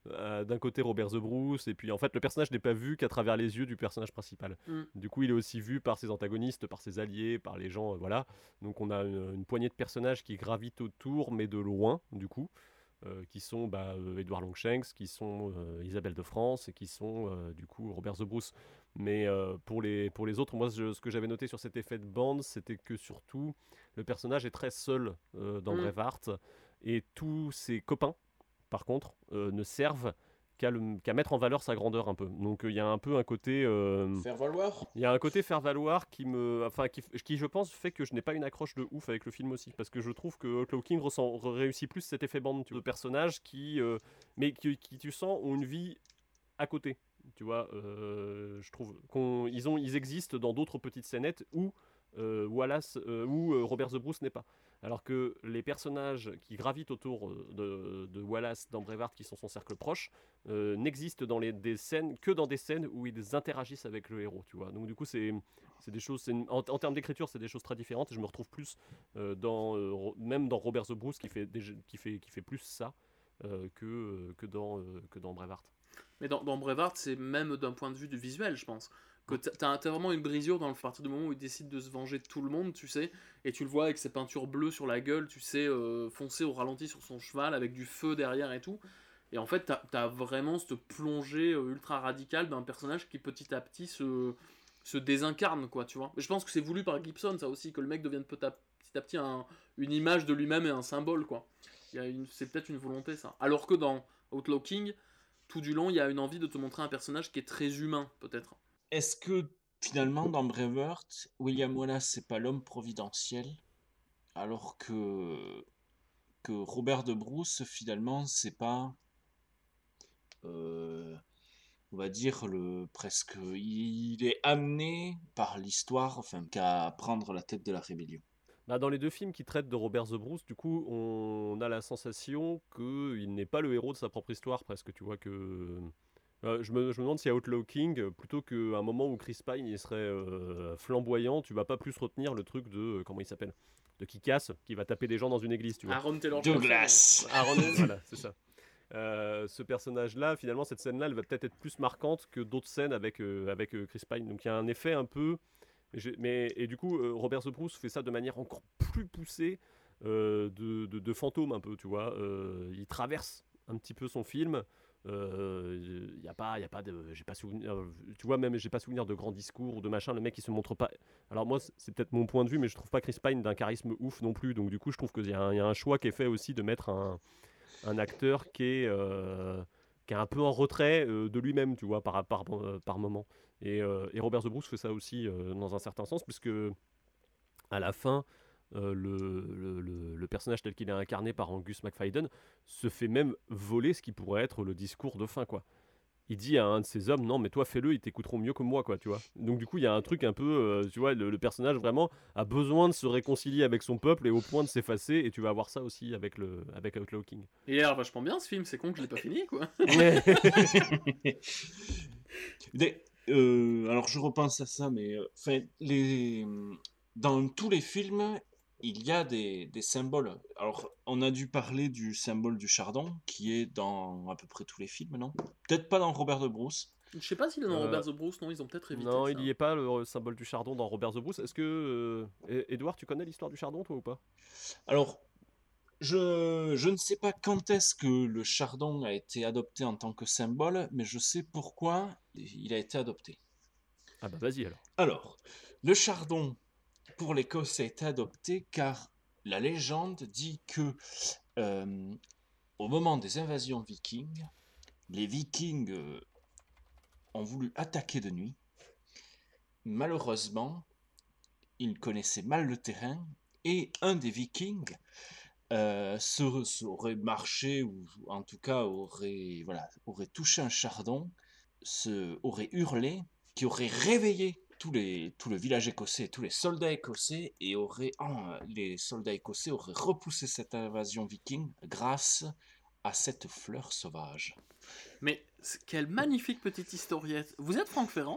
d'un côté Robert The Bruce, et puis en fait le personnage n'est pas vu qu'à travers les yeux du personnage principal. Du coup il est aussi vu par ses antagonistes, par ses alliés, par les gens, voilà. Donc on a une poignée de personnages qui gravitent autour, mais de loin, du coup, qui sont Edward Longshanks, qui sont Isabelle de France, et qui sont du coup Robert The Bruce. Mais pour les autres, moi ce que j'avais noté sur cet effet de bande, c'était que surtout le personnage est très seul dans Braveheart, et tous ses copains par contre, ne servent qu'à mettre en valeur sa grandeur un peu. Donc il y a un peu un côté... faire valoir. Il y a un côté faire valoir qui je pense fait que je n'ai pas une accroche de ouf avec le film aussi. Parce que je trouve que Outlaw King réussit plus cet effet bande de personnages qui tu sens ont une vie à côté. Tu vois, je trouve ils existent dans d'autres petites scénettes où Wallace ou Robert The Bruce n'est pas. Alors que les personnages qui gravitent autour de Wallace dans Braveheart, qui sont son cercle proche, n'existent dans que dans des scènes où ils interagissent avec le héros, tu vois. Donc du coup, c'est des choses, en termes d'écriture, c'est des choses très différentes. Et je me retrouve plus même dans Robert The Bruce qui fait plus ça que dans Braveheart. Mais dans Braveheart, c'est même d'un point de vue du visuel, je pense. Que t'as vraiment une brisure dans le partir du moment où il décide de se venger de tout le monde, tu sais, et tu le vois avec ses peintures bleues sur la gueule, tu sais, foncer au ralenti sur son cheval avec du feu derrière et tout. Et en fait, t'as vraiment cette plongée ultra radicale d'un personnage qui petit à petit se désincarne, quoi, tu vois. Et je pense que c'est voulu par Gibson, ça aussi, que le mec devienne petit à petit une image de lui-même et un symbole, quoi. C'est peut-être une volonté, ça. Alors que dans Outlaw King, tout du long, il y a une envie de te montrer un personnage qui est très humain, peut-être. Est-ce que, finalement, dans Braveheart, William Wallace, c'est pas l'homme providentiel, alors que Robert The Bruce, finalement, c'est pas... on va dire, presque... Il est amené par l'histoire, qu'à prendre la tête de la rébellion. Dans les deux films qui traitent de Robert The Bruce, du coup, on a la sensation qu'il n'est pas le héros de sa propre histoire, presque. Tu vois que... je me demande si à Outlaw King, plutôt qu'à un moment où Chris Pine il serait flamboyant, tu vas pas plus retenir le truc de... comment il s'appelle ? De Kick-Ass, qui va taper des gens dans une église, tu vois. Aaron Taylor Douglas. Voilà, c'est ça. Ce personnage-là, finalement, cette scène-là, elle va peut-être être plus marquante que d'autres scènes avec Chris Pine. Donc il y a un effet un peu... Et du coup, Robert The Bruce fait ça de manière encore plus poussée, de fantôme un peu, tu vois. Il traverse un petit peu son film. Y a pas de, j'ai pas souvenir, tu vois, même j'ai pas souvenir de grands discours ou de machin. Le mec il se montre pas. Alors moi c'est peut-être mon point de vue, mais je trouve pas Chris Pine d'un charisme ouf non plus. Donc du coup je trouve qu'il y a un choix qui est fait aussi de mettre un acteur qui est un peu en retrait de lui-même, tu vois, par moment. Et Robert The Bruce fait ça aussi dans un certain sens, puisque à la fin, le personnage tel qu'il est incarné par Angus McFadden se fait même voler ce qui pourrait être le discours de fin, quoi. Il dit à un de ses hommes, non mais toi fais-le, ils t'écouteront mieux que moi, quoi, tu vois. Donc du coup il y a un truc un peu, tu vois, le personnage vraiment a besoin de se réconcilier avec son peuple et au point de s'effacer, et tu vas avoir ça aussi avec Outlaw King. Et alors vachement bien ce film, c'est con que je l'ai pas fini, quoi. Alors je repense à ça, mais dans tous les films, il y a des symboles. Alors, on a dû parler du symbole du chardon, qui est dans à peu près tous les films, non ? Peut-être pas dans Robert The Bruce. Je sais pas s'il est dans Robert The Bruce, non, ils ont peut-être évité non, ça. il n'y est pas, le symbole du chardon dans Robert The Bruce. Est-ce que, Edouard, tu connais l'histoire du chardon, toi, ou pas ? Alors, je ne sais pas quand est-ce que le chardon a été adopté en tant que symbole, mais je sais pourquoi il a été adopté. Ah bah vas-y alors. Alors, le chardon... pour l'Écosse a été adopté car la légende dit que au moment des invasions vikings, les vikings ont voulu attaquer de nuit. Malheureusement, ils connaissaient mal le terrain et un des vikings aurait marché ou en tout cas aurait touché un chardon, aurait hurlé, qui aurait réveillé tout le village écossais, tous les soldats écossais, et les soldats écossais auraient repoussé cette invasion viking grâce à cette fleur sauvage. Mais quelle magnifique petite historiette. Vous êtes Franck Ferrand ?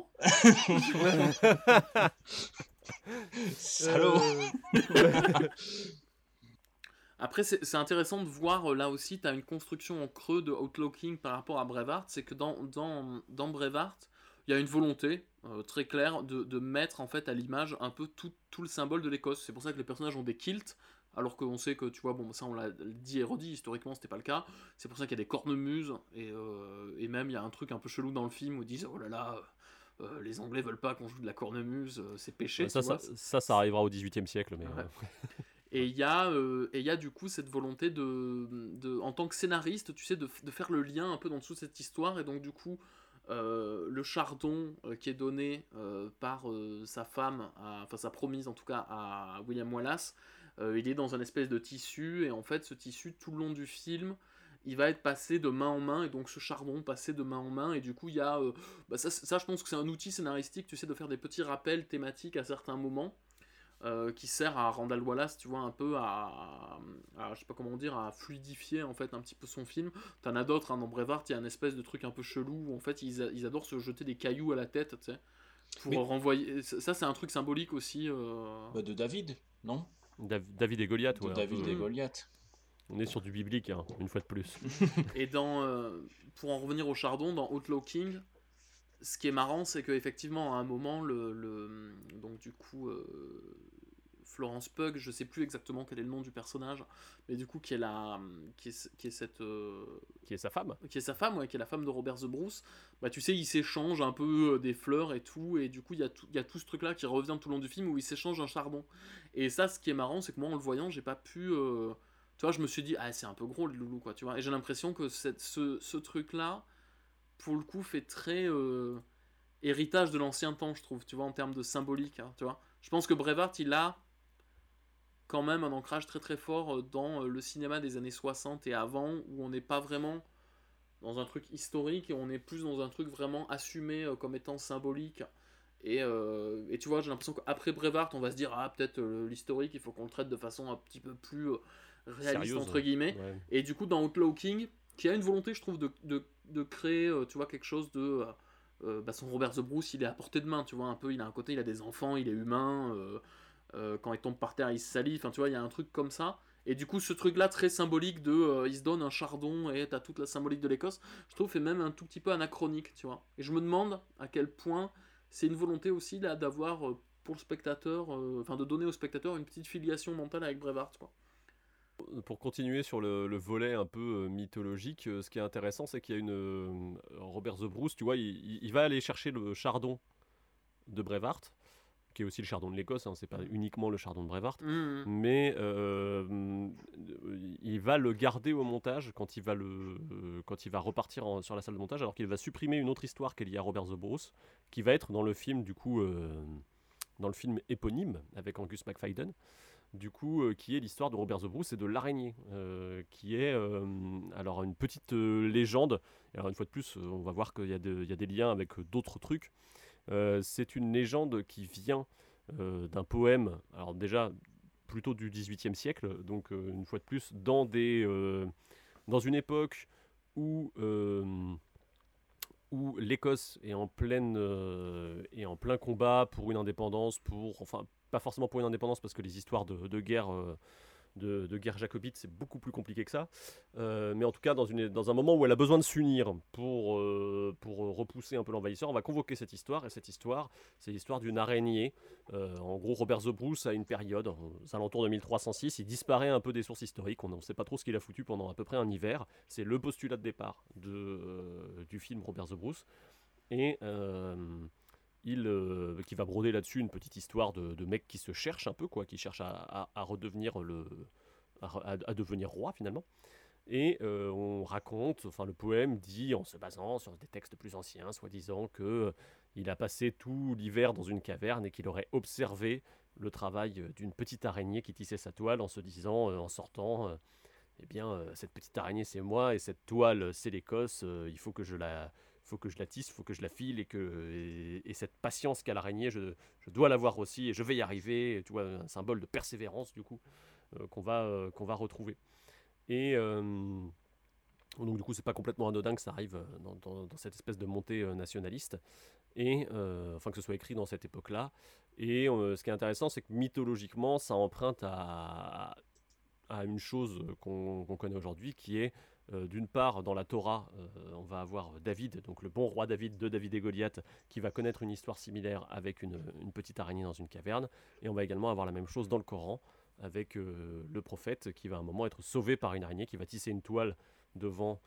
Salaud. Après, c'est intéressant de voir, là aussi, tu as une construction en creux de Outlaw King par rapport à Braveheart. C'est que dans Braveheart, il y a une volonté très claire de mettre en fait à l'image un peu tout le symbole de l'Écosse. C'est pour ça que les personnages ont des kilts, alors qu'on sait que, tu vois, bon, ça on l'a dit et redit, historiquement c'était pas le cas. C'est pour ça qu'il y a des cornemuses, et même il y a un truc un peu chelou dans le film où ils disent oh là là, les Anglais veulent pas qu'on joue de la cornemuse, c'est péché. Ça arrivera au XVIIIe siècle, mais. Ouais. Et il y a du coup cette volonté en tant que scénariste, tu sais, de faire le lien un peu dans dessous de cette histoire, et donc du coup, le chardon qui est donné par sa femme, enfin sa promise en tout cas, à William Wallace, il est dans un espèce de tissu, et en fait ce tissu, tout le long du film, il va être passé de main en main, et donc ce chardon passé de main en main, et du coup il y a, ça je pense que c'est un outil scénaristique, tu sais, de faire des petits rappels thématiques à certains moments, qui sert à Randall Wallace, tu vois, un peu à je sais pas comment dire, à fluidifier en fait un petit peu son film. T'en as d'autres, hein, dans Braveheart, il y a un espèce de truc un peu chelou où en fait ils adorent se jeter des cailloux à la tête, tu sais, pour renvoyer. Ça c'est un truc symbolique aussi. De David, non? David et Goliath, ouais. David et Goliath. On est sur du biblique, hein, une fois de plus. Et pour en revenir au chardon, dans Outlaw King, ce qui est marrant, c'est qu'effectivement, à un moment, donc du coup, Florence Pugh, je sais plus exactement quel est le nom du personnage, mais du coup, qui est sa femme, ouais, qui est la femme de Robert the Bruce. Bah, tu sais, ils s'échangent un peu des fleurs et tout, et du coup, il y a tout ce truc-là qui revient tout le long du film où ils s'échangent un chardon. Et ça, ce qui est marrant, c'est que moi, en le voyant, j'ai pas pu. Tu vois, je me suis dit, ah, c'est un peu gros le loulou, quoi, tu vois. Et j'ai l'impression que ce truc-là, pour le coup, fait très héritage de l'ancien temps, je trouve, tu vois, en termes de symbolique, hein, tu vois. Je pense que Braveheart, il a quand même un ancrage très très fort dans le cinéma des années 60 et avant, où on n'est pas vraiment dans un truc historique, et on est plus dans un truc vraiment assumé comme étant symbolique. Et tu vois, j'ai l'impression qu'après Braveheart, on va se dire, ah, peut-être l'historique, il faut qu'on le traite de façon un petit peu plus réaliste, sérieuse, entre guillemets. Ouais. Et du coup, dans Outlaw King, qui a une volonté, je trouve, de créer, tu vois, quelque chose de... son Robert the Bruce, il est à portée de main, tu vois, un peu, il a un côté, il a des enfants, il est humain, quand il tombe par terre, il se salit, enfin, tu vois, il y a un truc comme ça. Et du coup, ce truc-là, très symbolique il se donne un chardon, et t'as toute la symbolique de l'Écosse, je trouve, fait même un tout petit peu anachronique, tu vois. Et je me demande à quel point c'est une volonté aussi, là, d'avoir, pour le spectateur, de donner au spectateur une petite filiation mentale avec Braveheart, quoi. Pour continuer sur le volet un peu mythologique, ce qui est intéressant, c'est qu'il y a Robert the Bruce, tu vois, il va aller chercher le chardon de Braveheart, qui est aussi le chardon de l'Écosse, hein, c'est pas uniquement le chardon de Braveheart, mais il va le garder au montage quand il va repartir sur la salle de montage, alors qu'il va supprimer une autre histoire qui est liée à Robert the Bruce, qui va être dans le film, du coup, dans le film éponyme avec Angus MacFadyen, du coup, qui est l'histoire de Robert the Bruce et de l'araignée, qui est alors une petite légende. Alors une fois de plus, on va voir qu'il y a des liens avec d'autres trucs. C'est une légende qui vient d'un poème, alors déjà plutôt du XVIIIe siècle, donc une fois de plus dans une époque où l'Écosse est en plein combat pour une indépendance, pas forcément pour une indépendance, parce que les histoires de guerre jacobite, c'est beaucoup plus compliqué que ça, mais en tout cas dans un moment où elle a besoin de s'unir pour repousser un peu l'envahisseur, on va convoquer cette histoire, et cette histoire, c'est l'histoire d'une araignée. En gros, Robert the Bruce, à une période, aux alentours de 1306, il disparaît un peu des sources historiques, on ne sait pas trop ce qu'il a foutu pendant à peu près un hiver. C'est le postulat de départ du film Robert the Bruce, et qui va broder là-dessus une petite histoire de mec qui se cherche un peu, quoi, qui cherche à redevenir à devenir roi finalement. Et on raconte, le poème dit, en se basant sur des textes plus anciens, soi-disant qu'il a passé tout l'hiver dans une caverne et qu'il aurait observé le travail d'une petite araignée qui tissait sa toile, en se disant, en sortant, cette petite araignée c'est moi, et cette toile c'est l'Écosse, il faut que je la tisse, il faut que je la file, et cette patience qu'a l'araignée, je dois l'avoir aussi, et je vais y arriver, tu vois, un symbole de persévérance du coup, qu'on va retrouver. Et donc du coup c'est pas complètement anodin que ça arrive dans cette espèce de montée nationaliste, et que ce soit écrit dans cette époque-là. Et ce qui est intéressant, c'est que mythologiquement ça emprunte à à une chose qu'on connaît aujourd'hui, qui est d'une part dans la Torah, on va avoir David, donc le bon roi David de David et Goliath, qui va connaître une histoire similaire avec une petite araignée dans une caverne, et on va également avoir la même chose dans le Coran, avec le prophète qui va à un moment être sauvé par une araignée, qui va tisser une toile devant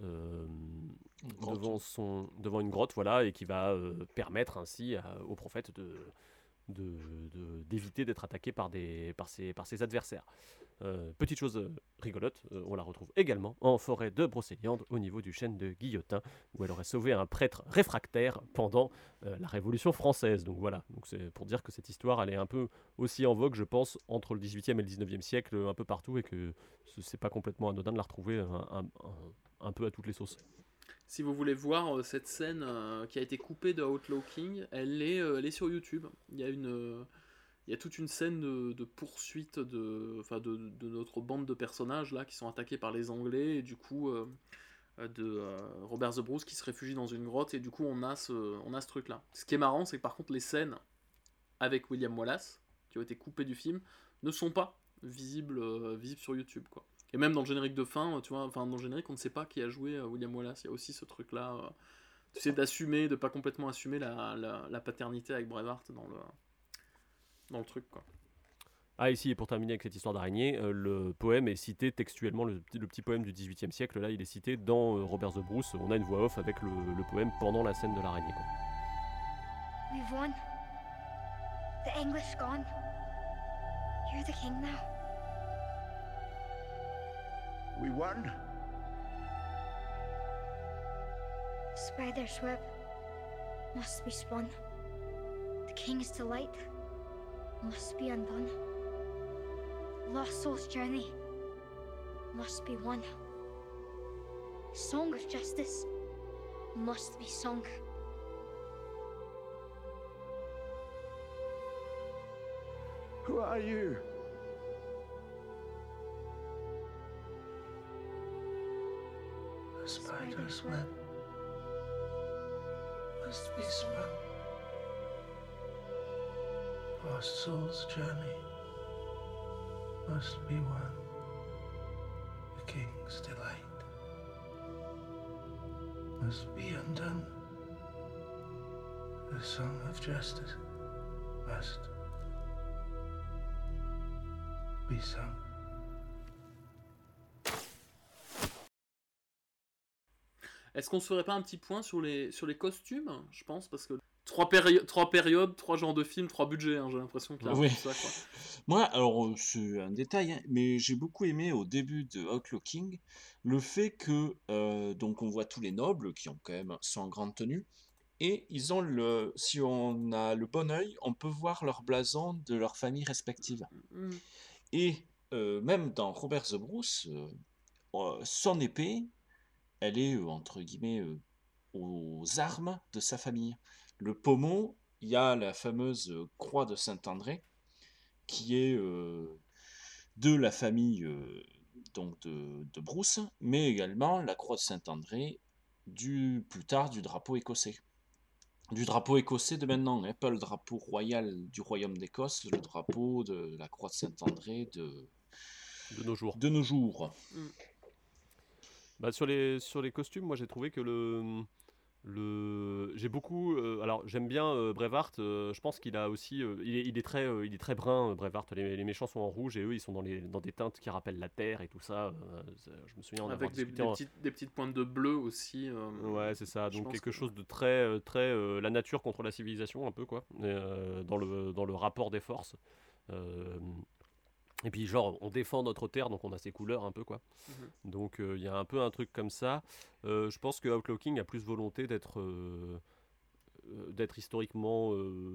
une grotte, voilà, et qui va permettre ainsi au prophète d'éviter d'être attaqué par ses adversaires. Petite chose rigolote, on la retrouve également en forêt de Brocéliande au niveau du chêne de Guillotin, où elle aurait sauvé un prêtre réfractaire pendant la Révolution française. Donc voilà, donc c'est pour dire que cette histoire elle est un peu aussi en vogue, je pense, entre le 18e et le 19e siècle, un peu partout, et que c'est pas complètement anodin de la retrouver un peu à toutes les sauces. Si vous voulez voir cette scène qui a été coupée de Outlaw King, elle est sur YouTube. Il y a toute une scène de poursuite de notre bande de personnages là qui sont attaqués par les Anglais, et du coup Robert the Bruce qui se réfugie dans une grotte, et du coup on a ce truc là. Ce qui est marrant, c'est que par contre les scènes avec William Wallace qui ont été coupées du film ne sont pas visibles sur YouTube, quoi. Et même dans le générique de fin, tu vois, enfin dans le générique, on ne sait pas qui a joué William Wallace. Il y a aussi ce truc-là, tu sais, de pas complètement assumer la paternité avec Braveheart dans le truc, quoi. Ah, ici, et pour terminer avec cette histoire d'araignée, le poème est cité textuellement, le petit poème du 18e siècle, là, il est cité dans Robert the Bruce. On a une voix off avec le poème pendant la scène de l'araignée, quoi. We've won. The English gone. You're the king now. We won? Spider's web must be spun. The king's delight must be undone. The lost soul's journey must be won. Song of justice must be sung. Who are you? The spider's web must be spun. Our soul's journey must be one. The king's delight must be undone. The song of justice must be sung. Est-ce qu'on se ferait pas un petit point sur les costumes, je pense, parce que trois périodes, 3 genres de films, 3 budgets, hein, j'ai l'impression qu'il y a Oui. tout ça, quoi. Moi, alors, c'est un détail, hein, mais j'ai beaucoup aimé au début de Outlaw King le fait que, donc, on voit tous les nobles qui sont en grande tenue, et ils ont si on a le bon œil, on peut voir leur blason de leurs familles respectives. Et même dans Robert the Bruce, son épée, elle est, entre guillemets, aux armes de sa famille. Le pommeau, il y a la fameuse croix de Saint-André, qui est de la famille donc de Bruce, mais également la croix de Saint-André plus tard du drapeau écossais. Du drapeau écossais de maintenant, hein, pas le drapeau royal du royaume d'Écosse, le drapeau de la croix de Saint-André de nos jours. De nos jours. Bah, sur les costumes, moi j'ai trouvé que j'ai beaucoup alors j'aime bien Braveheart, je pense qu'il a aussi il est très brun, Braveheart. Les méchants sont en rouge et eux ils sont dans des teintes qui rappellent la terre et tout ça, je me souviens en avoir discuté des petites pointes de bleu aussi, ouais, c'est ça, donc quelque chose de très la nature contre la civilisation un peu, quoi, dans le rapport des forces, et puis genre on défend notre terre, donc on a ses couleurs un peu, quoi. Donc il y a un peu un truc comme ça. Je pense que Outlaw King a plus volonté d'être historiquement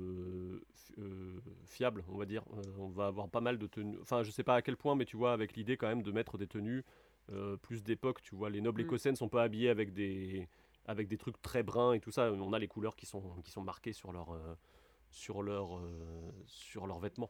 fiable, on va dire. On va avoir pas mal de tenues, enfin je sais pas à quel point, mais tu vois, avec l'idée quand même de mettre des tenues plus d'époque, tu vois. Les nobles écossais ne sont pas habillés avec des trucs très bruns et tout ça. On a les couleurs qui sont marquées sur leurs vêtements.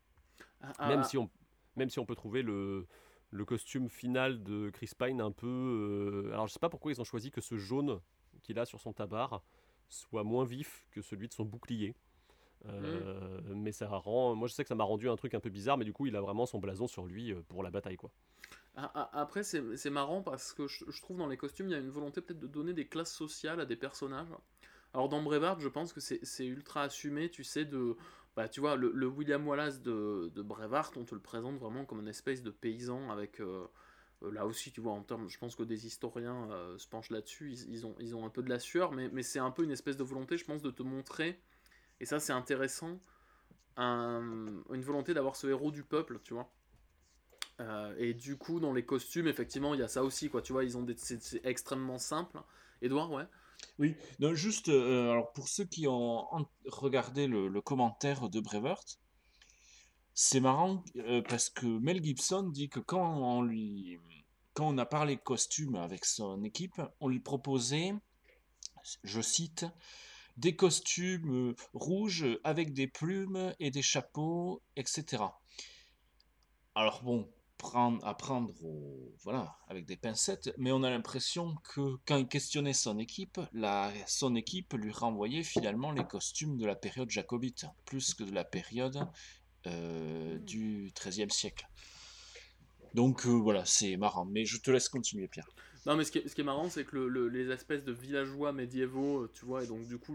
Même si on peut trouver le costume final de Chris Pine un peu... alors je sais pas pourquoi ils ont choisi que ce jaune qu'il a sur son tabard soit moins vif que celui de son bouclier. Mais ça rend... Moi, je sais que ça m'a rendu un truc un peu bizarre, mais du coup, il a vraiment son blason sur lui pour la bataille, quoi. Après, c'est marrant parce que je trouve dans les costumes, il y a une volonté peut-être de donner des classes sociales à des personnages. Alors dans Braveheart, je pense que c'est ultra assumé, tu sais, bah, tu vois, le William Wallace de Braveheart, on te le présente vraiment comme une espèce de paysan avec... là aussi, tu vois, en termes, je pense que des historiens se penchent là-dessus, ils ont un peu de la sueur, mais c'est un peu une espèce de volonté, je pense, de te montrer, et ça c'est intéressant, une volonté d'avoir ce héros du peuple, tu vois. Et du coup, dans les costumes, effectivement, il y a ça aussi, quoi, tu vois, c'est extrêmement simple. Édouard, ouais. Oui, non, juste, alors pour ceux qui ont regardé le commentaire de Braveheart, c'est marrant parce que Mel Gibson dit que quand on a parlé costume avec son équipe, on lui proposait, je cite, des costumes rouges avec des plumes et des chapeaux, etc. Alors bon, à prendre voilà, avec des pincettes, mais on a l'impression que quand il questionnait son équipe lui renvoyait finalement les costumes de la période jacobite, plus que de la période du XIIIe siècle. Donc voilà, c'est marrant, mais je te laisse continuer, Pierre. Non, mais ce qui est marrant, c'est que les espèces de villageois médiévaux, tu vois, et donc du coup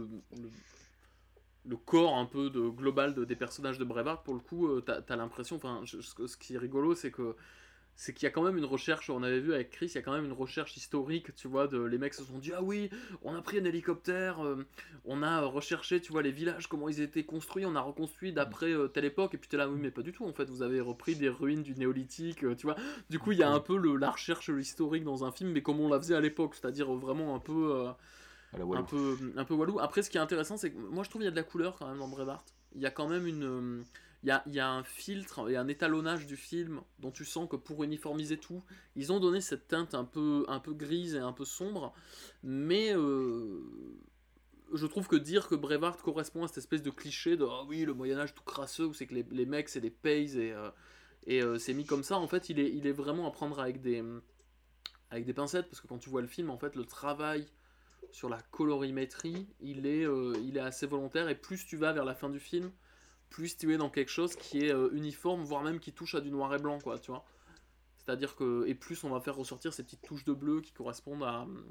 le corps un peu global des personnages de Braveheart, pour le coup, t'as l'impression, enfin, ce qui est rigolo, c'est qu'il y a quand même une recherche, on avait vu avec Chris, il y a quand même une recherche historique, tu vois, les mecs se sont dit, ah oui, on a pris un hélicoptère, on a recherché, tu vois, les villages, comment ils étaient construits, on a reconstruit d'après telle époque, et puis t'es là, oui, mais pas du tout, en fait, vous avez repris des ruines du néolithique, tu vois, du coup, il y a un peu la recherche historique dans un film, mais comme on la faisait à l'époque, c'est-à-dire vraiment un peu... un peu walou. Après, ce qui est intéressant, c'est que moi je trouve qu'il y a de la couleur quand même dans Braveheart. Il y a quand même il y a un filtre et un étalonnage du film dont tu sens que pour uniformiser tout, ils ont donné cette teinte un peu grise et un peu sombre. Mais je trouve que dire que Braveheart correspond à cette espèce de cliché de ah oui, le Moyen-Âge tout crasseux où c'est que les mecs c'est des pays et c'est mis comme ça, en fait, il est vraiment à prendre avec des pincettes parce que quand tu vois le film, en fait, le travail sur la colorimétrie, il est assez volontaire, et plus tu vas vers la fin du film, plus tu es dans quelque chose qui est uniforme, voire même qui touche à du noir et blanc, quoi, tu vois. C'est-à-dire que, et plus on va faire ressortir ces petites touches de bleu qui correspondent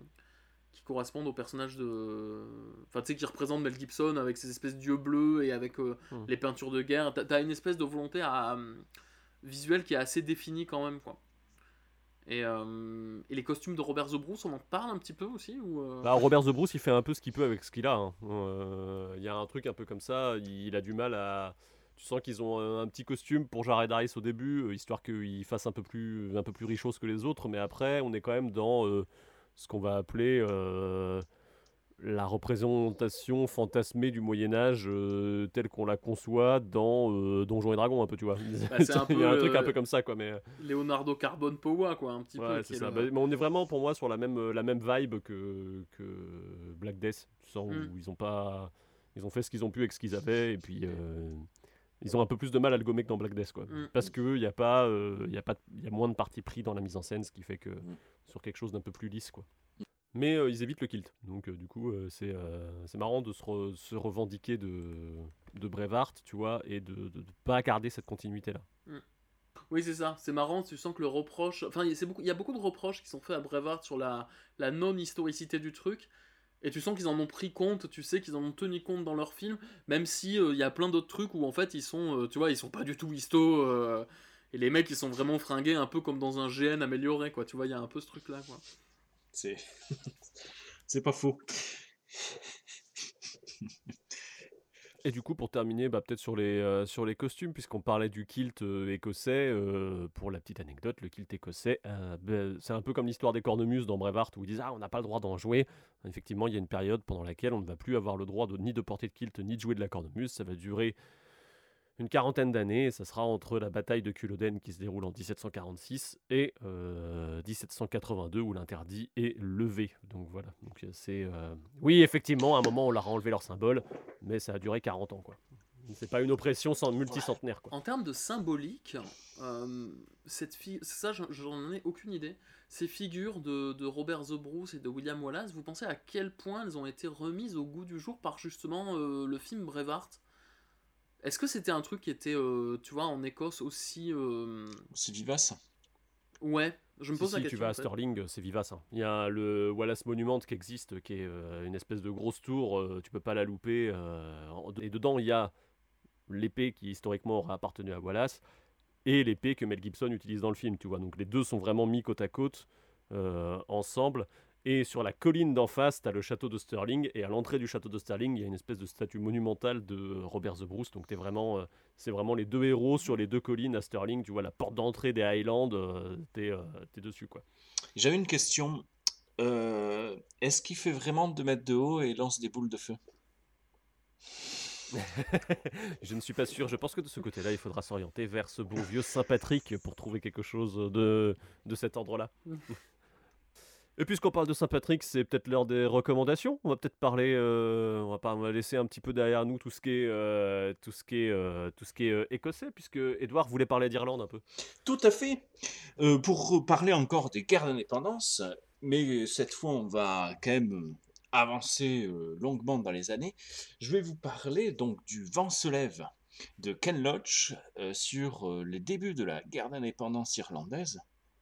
aux personnages de... Enfin, tu sais, qui représentent Mel Gibson avec ces espèces d'yeux bleus et avec les peintures de guerre. T'as une espèce de volonté visuelle qui est assez définie quand même, quoi. Et les costumes de Robert The Bruce, on en parle un petit peu aussi ou Bah, Robert The Bruce, il fait un peu ce qu'il peut avec ce qu'il a. Hein. Il y a un truc un peu comme ça, il a du mal à... Tu sens qu'ils ont un petit costume pour Jared Harris au début, histoire qu'il fasse un peu plus richos que les autres, mais après, on est quand même dans ce qu'on va appeler la représentation fantasmée du Moyen-Âge telle qu'on la conçoit dans Donjons et Dragons, un peu, tu vois. Bah, il y a un truc un peu comme ça, quoi. Mais... Leonardo Carbone Powa, quoi, un petit peu. Ouais, c'est ça. Mais on est vraiment, pour moi, sur la même vibe que Black Death. Tu sens où ils ont fait ce qu'ils ont pu avec ce qu'ils avaient, et puis ils ont un peu plus de mal à le gommer que dans Black Death, quoi. Parce qu'il y a moins de parti pris dans la mise en scène, ce qui fait que sur quelque chose d'un peu plus lisse, quoi. Mais ils évitent le kilt, donc du coup c'est marrant de se revendiquer de Braveheart, tu vois, et de pas garder cette continuité-là. Oui, c'est ça, c'est marrant, tu sens que le reproche... Enfin, il y a beaucoup de reproches qui sont faits à Braveheart sur la non-historicité du truc, et tu sens qu'ils en ont pris compte, tu sais qu'ils en ont tenu compte dans leur film, même si il y a plein d'autres trucs où en fait ils sont, tu vois, ils sont pas du tout histo, et les mecs ils sont vraiment fringués un peu comme dans un GN amélioré, quoi, tu vois, il y a un peu ce truc-là, quoi. C'est pas faux. Et du coup, pour terminer, peut-être sur les costumes, puisqu'on parlait du kilt écossais, pour la petite anecdote, le kilt écossais, c'est un peu comme l'histoire des cornemuses dans Braveheart, où ils disent « Ah, on n'a pas le droit d'en jouer ». Effectivement, il y a une période pendant laquelle on ne va plus avoir le droit ni de porter de kilt, ni de jouer de la cornemuse. Ça va durer une 40aine d'années, et ça sera entre la bataille de Culloden qui se déroule en 1746 et 1782 où l'interdit est levé. Donc voilà, donc c'est... Oui, effectivement, à un moment on leur a enlevé leur symbole, mais ça a duré 40 ans, quoi. C'est pas une oppression multicentenaire, quoi. En termes de symbolique, ça, j'en ai aucune idée. Ces figures de Robert The Bruce et de William Wallace, vous pensez à quel point elles ont été remises au goût du jour par justement le film Braveheart ? Est-ce que c'était un truc qui était, tu vois, en Écosse aussi... C'est vivace. Ouais, je me pose la question. Si tu vas à Stirling, c'est vivace. Hein. Il y a le Wallace Monument qui existe, qui est une espèce de grosse tour, tu peux pas la louper. Et dedans, il y a l'épée qui historiquement aurait appartenu à Wallace et l'épée que Mel Gibson utilise dans le film, tu vois. Donc les deux sont vraiment mis côte à côte ensemble. Et sur la colline d'en face, tu as le château de Stirling, et à l'entrée du château de Stirling, il y a une espèce de statue monumentale de Robert The Bruce. Donc c'est vraiment les deux héros sur les deux collines à Stirling. Tu vois la porte d'entrée des Highlands, t'es dessus, quoi. J'avais une question. Est-ce qu'il fait vraiment 2 mètres de haut et lance des boules de feu? Je ne suis pas sûr. Je pense que de ce côté-là, il faudra s'orienter vers ce bon vieux Saint-Patrick pour trouver quelque chose de cet ordre-là. Et puisqu'on parle de Saint-Patrick, c'est peut-être l'heure des recommandations. On va peut-être parler, on va laisser un petit peu derrière nous tout ce qui est écossais, puisque Edouard voulait parler d'Irlande un peu. Tout à fait. Pour parler encore des guerres d'indépendance, mais cette fois on va quand même avancer longuement dans les années. Je vais vous parler donc du Vent se lève de Ken Loach sur les débuts de la guerre d'indépendance irlandaise.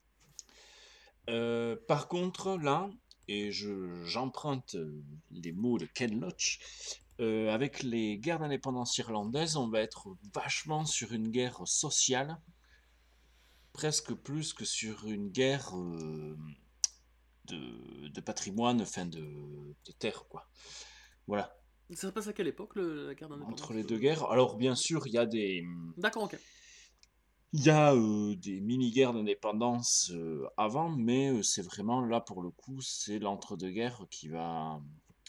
Par contre, là, et j'emprunte les mots de Ken Loach, avec les guerres d'indépendance irlandaises, on va être vachement sur une guerre sociale, presque plus que sur une guerre de patrimoine, enfin de terre, quoi. Voilà. Ça se passe à quelle époque, la guerre d'indépendance ? Entre les deux guerres. Alors, bien sûr, il y a des... D'accord, ok. Il y a des mini-guerres d'indépendance avant, mais c'est vraiment, là, pour le coup, c'est l'entre-deux-guerres qui va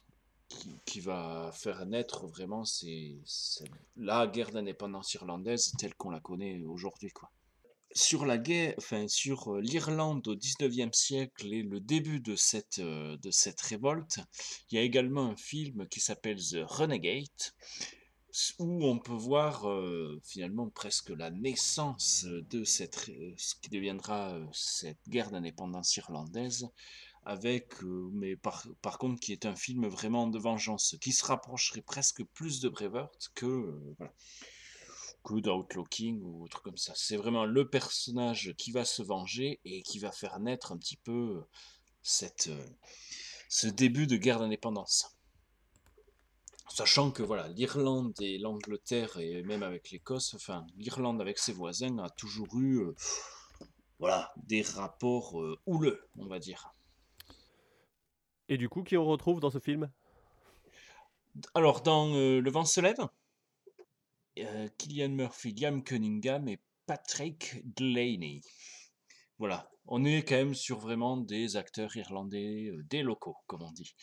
faire naître vraiment la guerre d'indépendance irlandaise telle qu'on la connaît aujourd'hui, quoi. Sur l'Irlande au 19e siècle et le début de cette révolte, il y a également un film qui s'appelle The Renegade, où on peut voir finalement presque la naissance de ce qui deviendra cette guerre d'indépendance irlandaise, mais par contre qui est un film vraiment de vengeance, qui se rapprocherait presque plus de Braveheart que d'Outlooking ou autre comme ça. C'est vraiment le personnage qui va se venger et qui va faire naître un petit peu ce début de guerre d'indépendance. Sachant que voilà, l'Irlande et l'Angleterre, et même avec l'Écosse, enfin l'Irlande avec ses voisins a toujours eu des rapports houleux, on va dire. Et du coup, qui on retrouve dans ce film ? Alors, dans Le Vent se lève, Cillian Murphy, Liam Cunningham et Patrick Delaney. Voilà, on est quand même sur vraiment des acteurs irlandais, des locaux, comme on dit.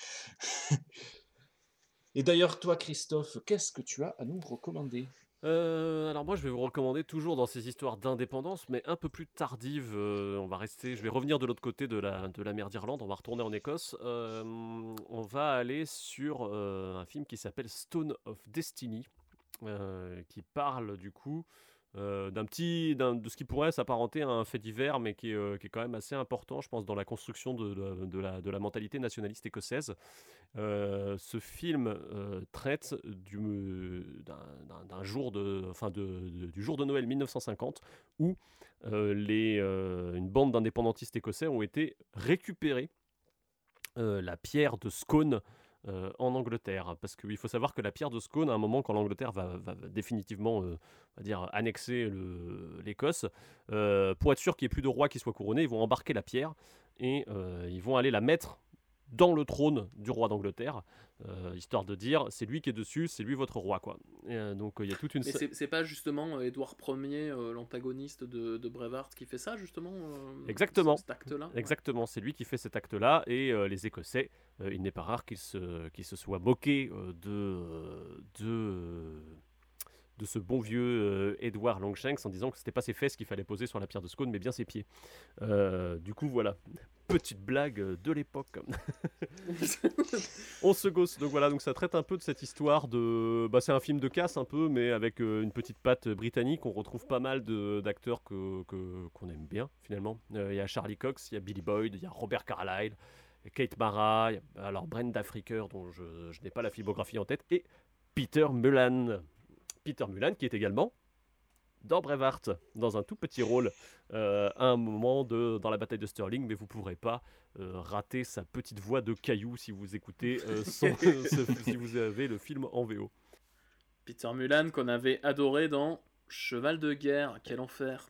Et d'ailleurs, toi, Christophe, qu'est-ce que tu as à nous recommander ? Alors moi, je vais vous recommander toujours dans ces histoires d'indépendance, mais un peu plus tardives. Je vais revenir de l'autre côté de la mer d'Irlande. On va retourner en Écosse. On va aller sur un film qui s'appelle Stone of Destiny, qui parle du coup de ce qui pourrait s'apparenter à un fait divers, mais qui est quand même assez important, je pense, dans la construction de la mentalité nationaliste écossaise. Ce film traite du jour de Noël 1950, où une bande d'indépendantistes écossais ont été récupérés la pierre de Scone en Angleterre, parce qu'il faut savoir que la pierre de Scone, à un moment, quand l'Angleterre va définitivement annexer l'Écosse, pour être sûr qu'il n'y ait plus de roi qui soit couronné, ils vont embarquer la pierre et ils vont aller la mettre dans le trône du roi d'Angleterre, histoire de dire c'est lui qui est dessus, c'est lui votre roi, quoi. Et, donc il y a toute une. Mais c'est pas justement Édouard Ier, l'antagoniste de Braveheart, qui fait ça justement. Exactement. Cet acte-là. Exactement, ouais. C'est lui qui fait cet acte-là, et les Écossais, il n'est pas rare qu'ils se soient moqués de ce bon vieux Edward Longshanks en disant que c'était pas ses fesses qu'il fallait poser sur la pierre de Scone, mais bien ses pieds. Du coup, voilà. petite blague de l'époque. On se gosse. Donc voilà, donc ça traite un peu de cette histoire de... c'est un film de casse un peu, mais avec une petite patte britannique. On retrouve pas mal d'acteurs qu'on aime bien, finalement. Il y a Charlie Cox, il y a Billy Boyd, il y a Robert Carlyle, Kate Mara, alors Brenda Fricker, dont je n'ai pas la filmographie en tête, et Peter Mullan. Peter Mullan, qui est également dans Braveheart, dans un tout petit rôle, à un moment dans la bataille de Stirling, mais vous ne pourrez pas rater sa petite voix de caillou si vous écoutez, si vous avez le film en VO. Peter Mullan qu'on avait adoré dans Cheval de guerre, quel enfer.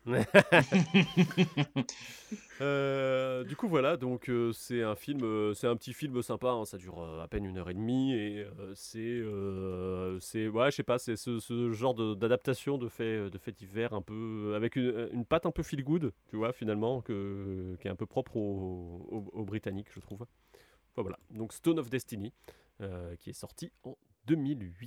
Du coup voilà, donc c'est un petit film sympa, hein, ça dure à peine 1h30 et c'est ouais, je sais pas, c'est ce genre d'adaptation de faits divers un peu avec une patte un peu feel good, tu vois, finalement, qui est un peu propre aux Britanniques, je trouve. Enfin, voilà, donc Stone of Destiny, qui est sorti en 2008.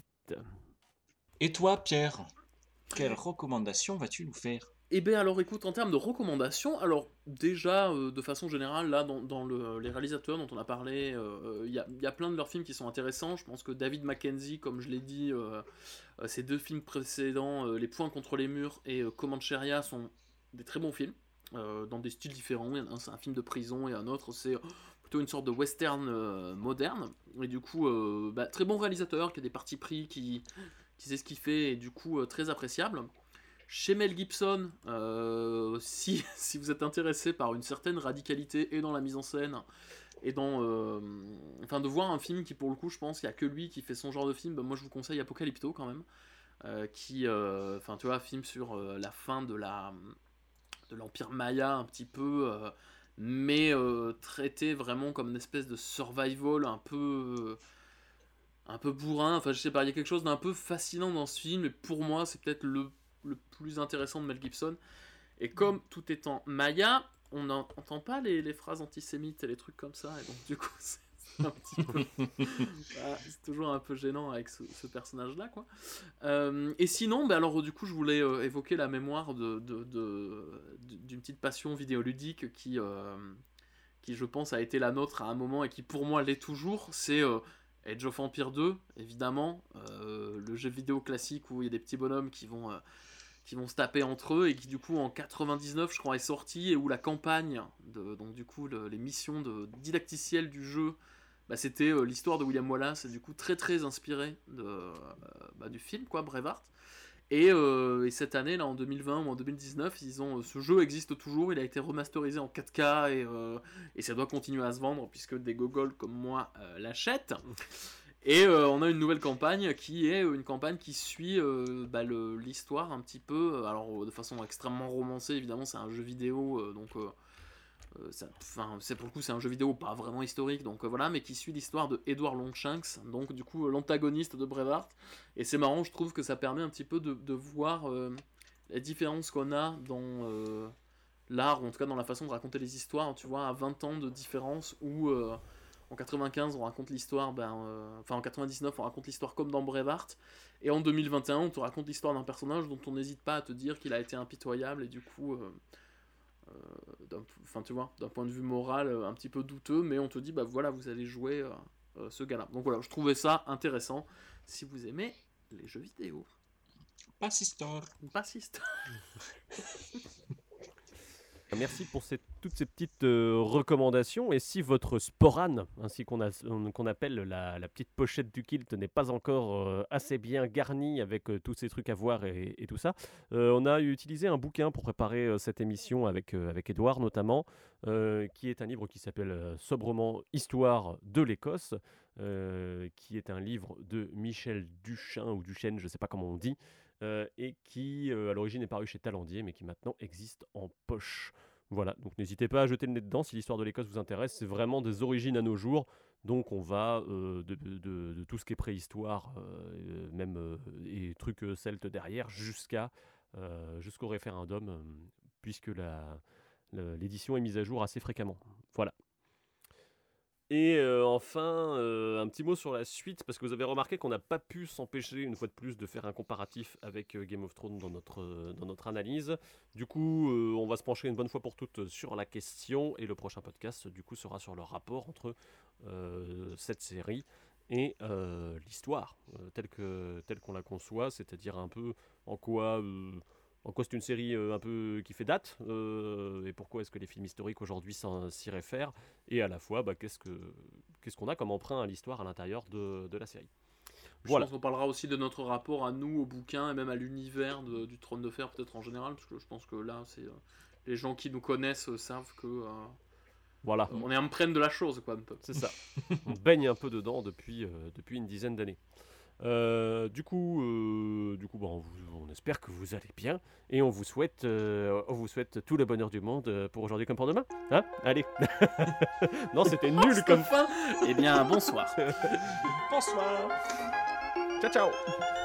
Et toi, Pierre, quelle recommandation vas-tu nous faire ? Eh bien alors écoute, en termes de recommandations, alors déjà de façon générale là dans les réalisateurs dont on a parlé, il y a plein de leurs films qui sont intéressants. Je pense que David Mackenzie, comme je l'ai dit, ses 2 films précédents, Les Poings contre les murs et Comancheria sont des très bons films, dans des styles différents. Un c'est un film de prison et un autre c'est plutôt une sorte de western moderne. Et du coup, très bon réalisateur qui a des partis pris, qui sait ce qu'il fait et du coup très appréciable. Chez Mel Gibson, si vous êtes intéressé par une certaine radicalité et dans la mise en scène et dans de voir un film qui pour le coup je pense qu'il n'y a que lui qui fait son genre de film, moi je vous conseille Apocalypto quand même, tu vois, film sur la fin de l'Empire Maya un petit peu, mais traité vraiment comme une espèce de survival un peu bourrin, enfin je sais pas, il y a quelque chose d'un peu fascinant dans ce film et pour moi c'est peut-être le plus intéressant de Mel Gibson. Et comme tout est en maya, on n'entend pas les phrases antisémites et les trucs comme ça, et donc du coup c'est un petit peu c'est toujours un peu gênant avec ce personnage là quoi. Et sinon alors du coup je voulais évoquer la mémoire d'une petite passion vidéoludique qui je pense a été la nôtre à un moment et qui pour moi l'est toujours, c'est Age of Empire 2, évidemment, le jeu vidéo classique où il y a des petits bonhommes qui vont se taper entre eux et qui du coup en 99 je crois est sorti et où la campagne, donc du coup les missions didacticielles du jeu, c'était l'histoire de William Wallace et du coup très très inspiré du film quoi, Braveheart. Et cette année, là, en 2020 ou en 2019, ce jeu existe toujours, il a été remasterisé en 4K et ça doit continuer à se vendre puisque des gogols comme moi l'achètent. Et on a une nouvelle campagne qui est une campagne qui suit l'histoire un petit peu, alors de façon extrêmement romancée, évidemment, c'est un jeu vidéo, donc c'est pour le coup c'est un jeu vidéo pas vraiment historique, donc voilà, mais qui suit l'histoire de Edward Longshanks, donc du coup l'antagoniste de Braveheart. Et c'est marrant, je trouve que ça permet un petit peu de voir la différence qu'on a dans l'art, ou en tout cas dans la façon de raconter les histoires, tu vois, à 20 ans de différence, où en 95 on raconte l'histoire, en 99 on raconte l'histoire comme dans Braveheart, et en 2021 on te raconte l'histoire d'un personnage dont on n'hésite pas à te dire qu'il a été impitoyable, et du coup tu vois, d'un point de vue moral un petit peu douteux, mais on te dit voilà, vous allez jouer ce gars-là. Donc voilà, je trouvais ça intéressant si vous aimez les jeux vidéo. Passistor. Merci pour toutes ces petites recommandations. Et si votre sporane, ainsi qu'on appelle la petite pochette du kilt, n'est pas encore assez bien garnie avec tous ces trucs à voir et tout ça, on a utilisé un bouquin pour préparer cette émission avec Edouard notamment, qui est un livre qui s'appelle sobrement Histoire de l'Écosse, qui est un livre de Michel Duchesne ou Duchesne, je ne sais pas comment on dit, et qui à l'origine est paru chez Talendier mais qui maintenant existe en poche. Voilà, donc n'hésitez pas à jeter le nez dedans si l'histoire de l'Écosse vous intéresse. C'est vraiment des origines à nos jours, donc on va de tout ce qui est préhistoire, même et trucs celtes derrière, jusqu'au référendum, puisque l'édition est mise à jour assez fréquemment. Voilà. Et enfin, un petit mot sur la suite, parce que vous avez remarqué qu'on n'a pas pu s'empêcher, une fois de plus, de faire un comparatif avec Game of Thrones dans notre analyse. Du coup, on va se pencher une bonne fois pour toutes sur la question, et le prochain podcast, du coup, sera sur le rapport entre cette série et l'histoire, telle qu'on la conçoit, c'est-à-dire un peu en quoi c'est une série un peu qui fait date, et pourquoi est-ce que les films historiques aujourd'hui s'y réfèrent, et à la fois qu'est-ce qu'on a comme emprunt à l'histoire à l'intérieur de la série. Je pense qu'on parlera aussi de notre rapport à nous, au bouquin, et même à l'univers du Trône de Fer, peut-être en général, parce que je pense que là, c'est les gens qui nous connaissent savent que on est empreinte de la chose, quoi, un peu. C'est ça. On baigne un peu dedans depuis une dizaine d'années. Du coup, on espère que vous allez bien et on vous souhaite tout le bonheur du monde pour aujourd'hui comme pour demain. Hein ? Allez. Non, c'était nul comme fin. Eh bien, bonsoir. Bonsoir. Ciao, ciao.